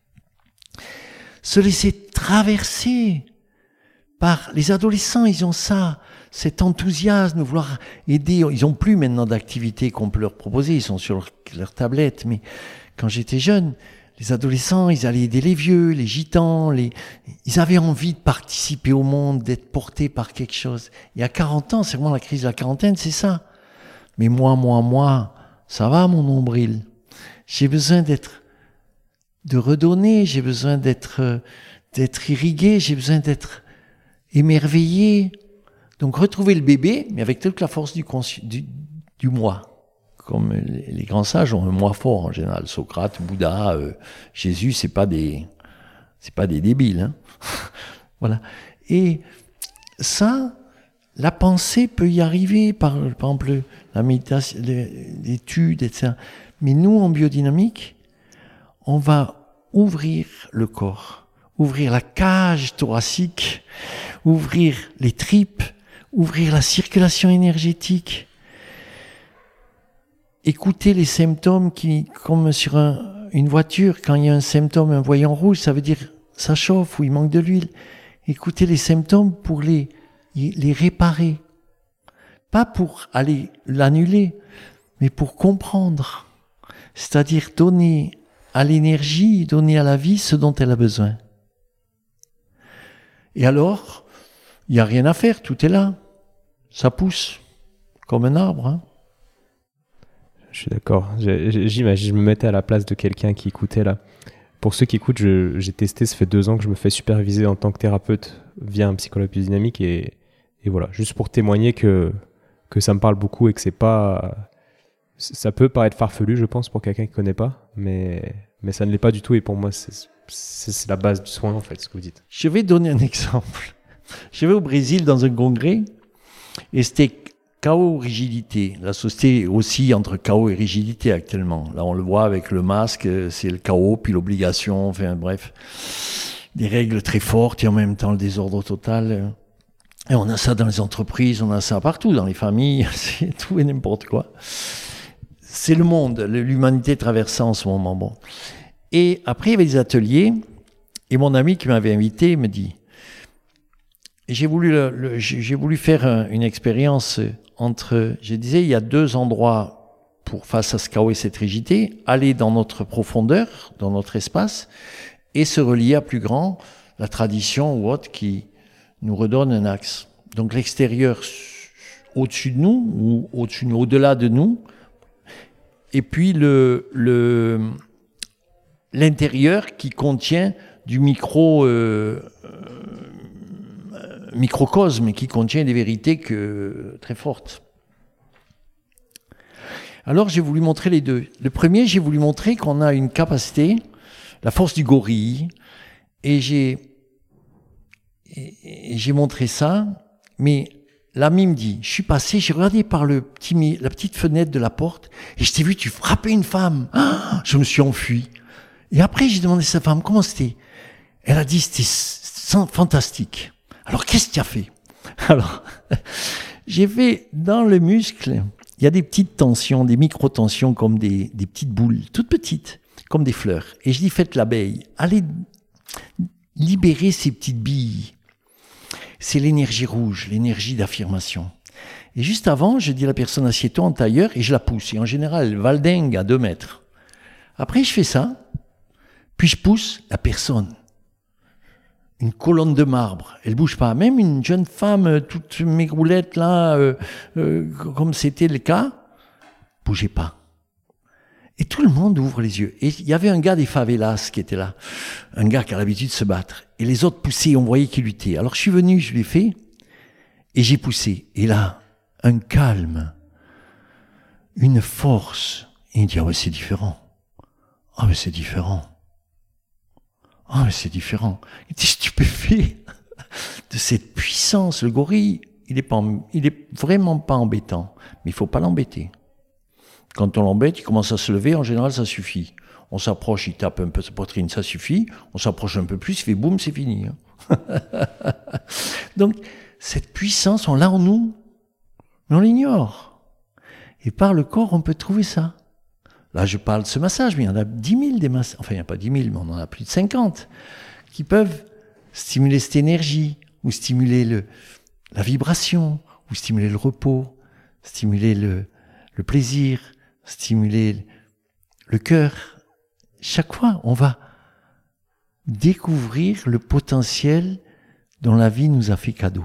A: Se laisser traverser par les adolescents, ils ont ça, cet enthousiasme de vouloir aider. Ils n'ont plus maintenant d'activités qu'on peut leur proposer, ils sont sur leur, leur tablette. Mais quand j'étais jeune, les adolescents, ils allaient aider les vieux, les gitans, les... ils avaient envie de participer au monde, d'être portés par quelque chose. Et à quarante ans, c'est vraiment la crise de la quarantaine, c'est ça. Mais moi, moi, moi, ça va mon nombril. J'ai besoin d'être, de redonner, j'ai besoin d'être, d'être irrigué, j'ai besoin d'être émerveillé. Donc retrouver le bébé, mais avec toute la force du, consci... du, du moi. Comme les, les grands sages ont un moi fort en général. Socrate, Bouddha, euh, Jésus, c'est pas des, c'est pas des débiles. Hein. Voilà. Et ça, la pensée peut y arriver par, par exemple, la méditation, l'étude, et cetera. Mais nous, en biodynamique, on va ouvrir le corps, ouvrir la cage thoracique, ouvrir les tripes, ouvrir la circulation énergétique, écouter les symptômes qui, comme sur un, une voiture, quand il y a un symptôme, un voyant rouge, ça veut dire ça chauffe ou il manque de l'huile. Écouter les symptômes pour les, les réparer. Pas pour aller l'annuler, mais pour comprendre. C'est-à-dire donner à l'énergie, donner à la vie ce dont elle a besoin. Et alors, il n'y a rien à faire, tout est là. Ça pousse, comme un arbre. Hein.
B: Je suis d'accord. J'imagine, je me mettais à la place de quelqu'un qui écoutait là. Pour ceux qui écoutent, je, j'ai testé, ça fait deux ans que je me fais superviser en tant que thérapeute via un psychologue biodynamique et, et voilà, juste pour témoigner que, que ça me parle beaucoup et que c'est pas... Ça peut paraître farfelu, je pense, pour quelqu'un qui ne connaît pas, mais, mais ça ne l'est pas du tout et pour moi, c'est, c'est, c'est la base du soin, en fait, ce que vous dites.
A: Je vais donner un exemple. Je vais au Brésil dans un congrès et c'était chaos, rigidité. La société aussi entre chaos et rigidité actuellement. Là, on le voit avec le masque, c'est le chaos, puis l'obligation, enfin bref. Des règles très fortes et en même temps le désordre total. Et on a ça dans les entreprises, on a ça partout, dans les familles, c'est tout et n'importe quoi. C'est le monde, l'humanité traverse ça en ce moment. Bon. Et après, il y avait des ateliers, et mon ami qui m'avait invité me dit, et j'ai voulu, le, le, j'ai voulu faire un, une expérience entre, je disais, il y a deux endroits pour face à ce chaos et cette rigidité, aller dans notre profondeur, dans notre espace, et se relier à plus grand, la tradition ou autre qui nous redonne un axe. Donc l'extérieur au-dessus de nous, ou au-dessus de nous, au-delà de nous, et puis le, le, l'intérieur qui contient du micro, euh, euh, microcosme, qui contient des vérités que, très fortes. Alors j'ai voulu montrer les deux. Le premier, j'ai voulu montrer qu'on a une capacité, la force du gorille, et j'ai, et, et j'ai montré ça, mais l'ami me dit, je suis passé, j'ai regardé par le petit, la petite fenêtre de la porte, et je t'ai vu, tu frappais une femme. Ah, je me suis enfui. Et après, j'ai demandé à sa femme, comment c'était? Elle a dit, c'était fantastique. Alors, qu'est-ce que tu as fait? Alors, j'ai fait, dans le muscle, il y a des petites tensions, des micro-tensions, comme des, des petites boules, toutes petites, comme des fleurs. Et je dis, faites l'abeille, allez libérer ces petites billes. C'est l'énergie rouge, l'énergie d'affirmation. Et juste avant, je dis à la personne, assieds-toi en tailleur, et je la pousse. Et en général, elle valdingue à deux mètres. Après, je fais ça, puis je pousse la personne. Une colonne de marbre, elle bouge pas. Même une jeune femme, toute maigroulette, là, euh, euh, comme c'était le cas, bougeait pas. Et tout le monde ouvre les yeux. Et il y avait un gars des favelas qui était là, un gars qui a l'habitude de se battre. Et les autres poussaient, on voyait qu'il luttait. Alors je suis venu, je l'ai fait, et j'ai poussé. Et là, un calme, une force. Et il dit, ah mais c'est différent. Ah mais c'est différent. Ah mais c'est différent. Il était stupéfait. de cette puissance. Le gorille, il est pas, il est vraiment pas embêtant, mais il faut pas l'embêter. Quand on l'embête, il commence à se lever, en général, ça suffit. On s'approche, il tape un peu sa poitrine, ça suffit. On s'approche un peu plus, il fait boum, c'est fini. Hein. Donc, cette puissance, on l'a en nous, mais on l'ignore. Et par le corps, on peut trouver ça. Là, je parle de ce massage, mais il y en a dix mille des massages, enfin, il n'y en a pas dix mille, mais on en a plus de cinquante, qui peuvent stimuler cette énergie, ou stimuler le, la vibration, ou stimuler le repos, stimuler le, le plaisir, stimuler le cœur. Chaque fois, on va découvrir le potentiel dont la vie nous a fait cadeau.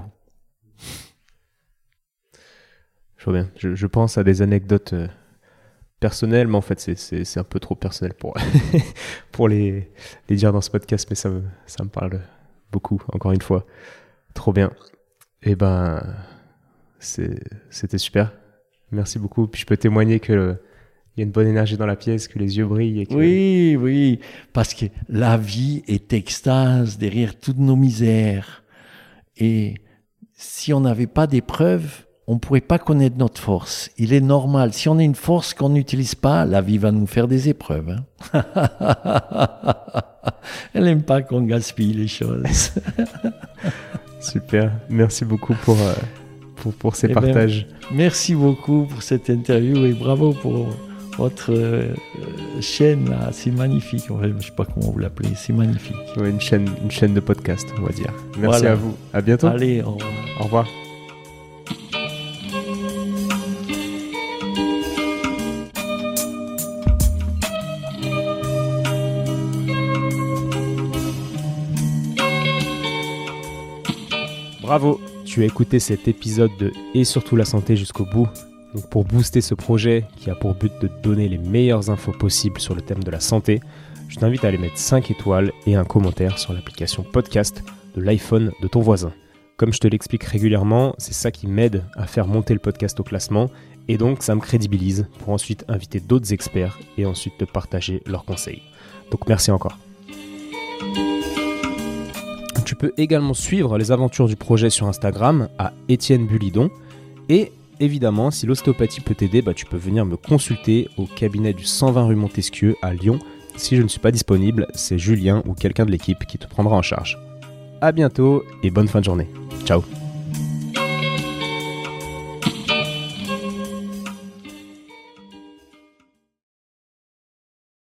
B: Je vois bien. Je, je pense à des anecdotes euh, personnelles, mais en fait, c'est, c'est, c'est un peu trop personnel pour, pour les, les dire dans ce podcast, mais ça me, ça me parle beaucoup, encore une fois. Trop bien. Eh ben, c'est, c'était super. Merci beaucoup. Puis je peux témoigner que euh, il y a une bonne énergie dans la pièce, que les yeux brillent. Et que...
A: Oui, oui, parce que la vie est extase derrière toutes nos misères. Et si on n'avait pas d'épreuves, on ne pourrait pas connaître notre force. Il est normal. Si on a une force qu'on n'utilise pas, la vie va nous faire des épreuves. Hein. Elle n'aime pas qu'on gaspille les choses.
B: Super. Merci beaucoup pour, euh, pour, pour ces eh partages.
A: Ben, merci beaucoup pour cette interview et bravo pour votre euh, chaîne. Là. C'est magnifique. Enfin, je ne sais pas comment vous l'appelez. C'est magnifique.
B: Ouais, une chaîne, une chaîne de podcast, on va dire. Merci
A: voilà.
B: à vous. À bientôt.
A: Allez, au revoir.
B: Au revoir. Bravo, tu as écouté cet épisode de Et surtout la santé jusqu'au bout. Donc pour booster ce projet qui a pour but de te donner les meilleures infos possibles sur le thème de la santé, je t'invite à aller mettre cinq étoiles et un commentaire sur l'application podcast de l'iPhone de ton voisin. Comme je te l'explique régulièrement, c'est ça qui m'aide à faire monter le podcast au classement et donc ça me crédibilise pour ensuite inviter d'autres experts et ensuite te partager leurs conseils. Donc merci encore. Tu peux également suivre les aventures du projet sur Instagram à Étienne Bulidon. Et évidemment, si l'ostéopathie peut t'aider, bah, tu peux venir me consulter au cabinet du cent vingt rue Montesquieu à Lyon. Si je ne suis pas disponible, c'est Julien ou quelqu'un de l'équipe qui te prendra en charge. À bientôt et bonne fin de journée. Ciao.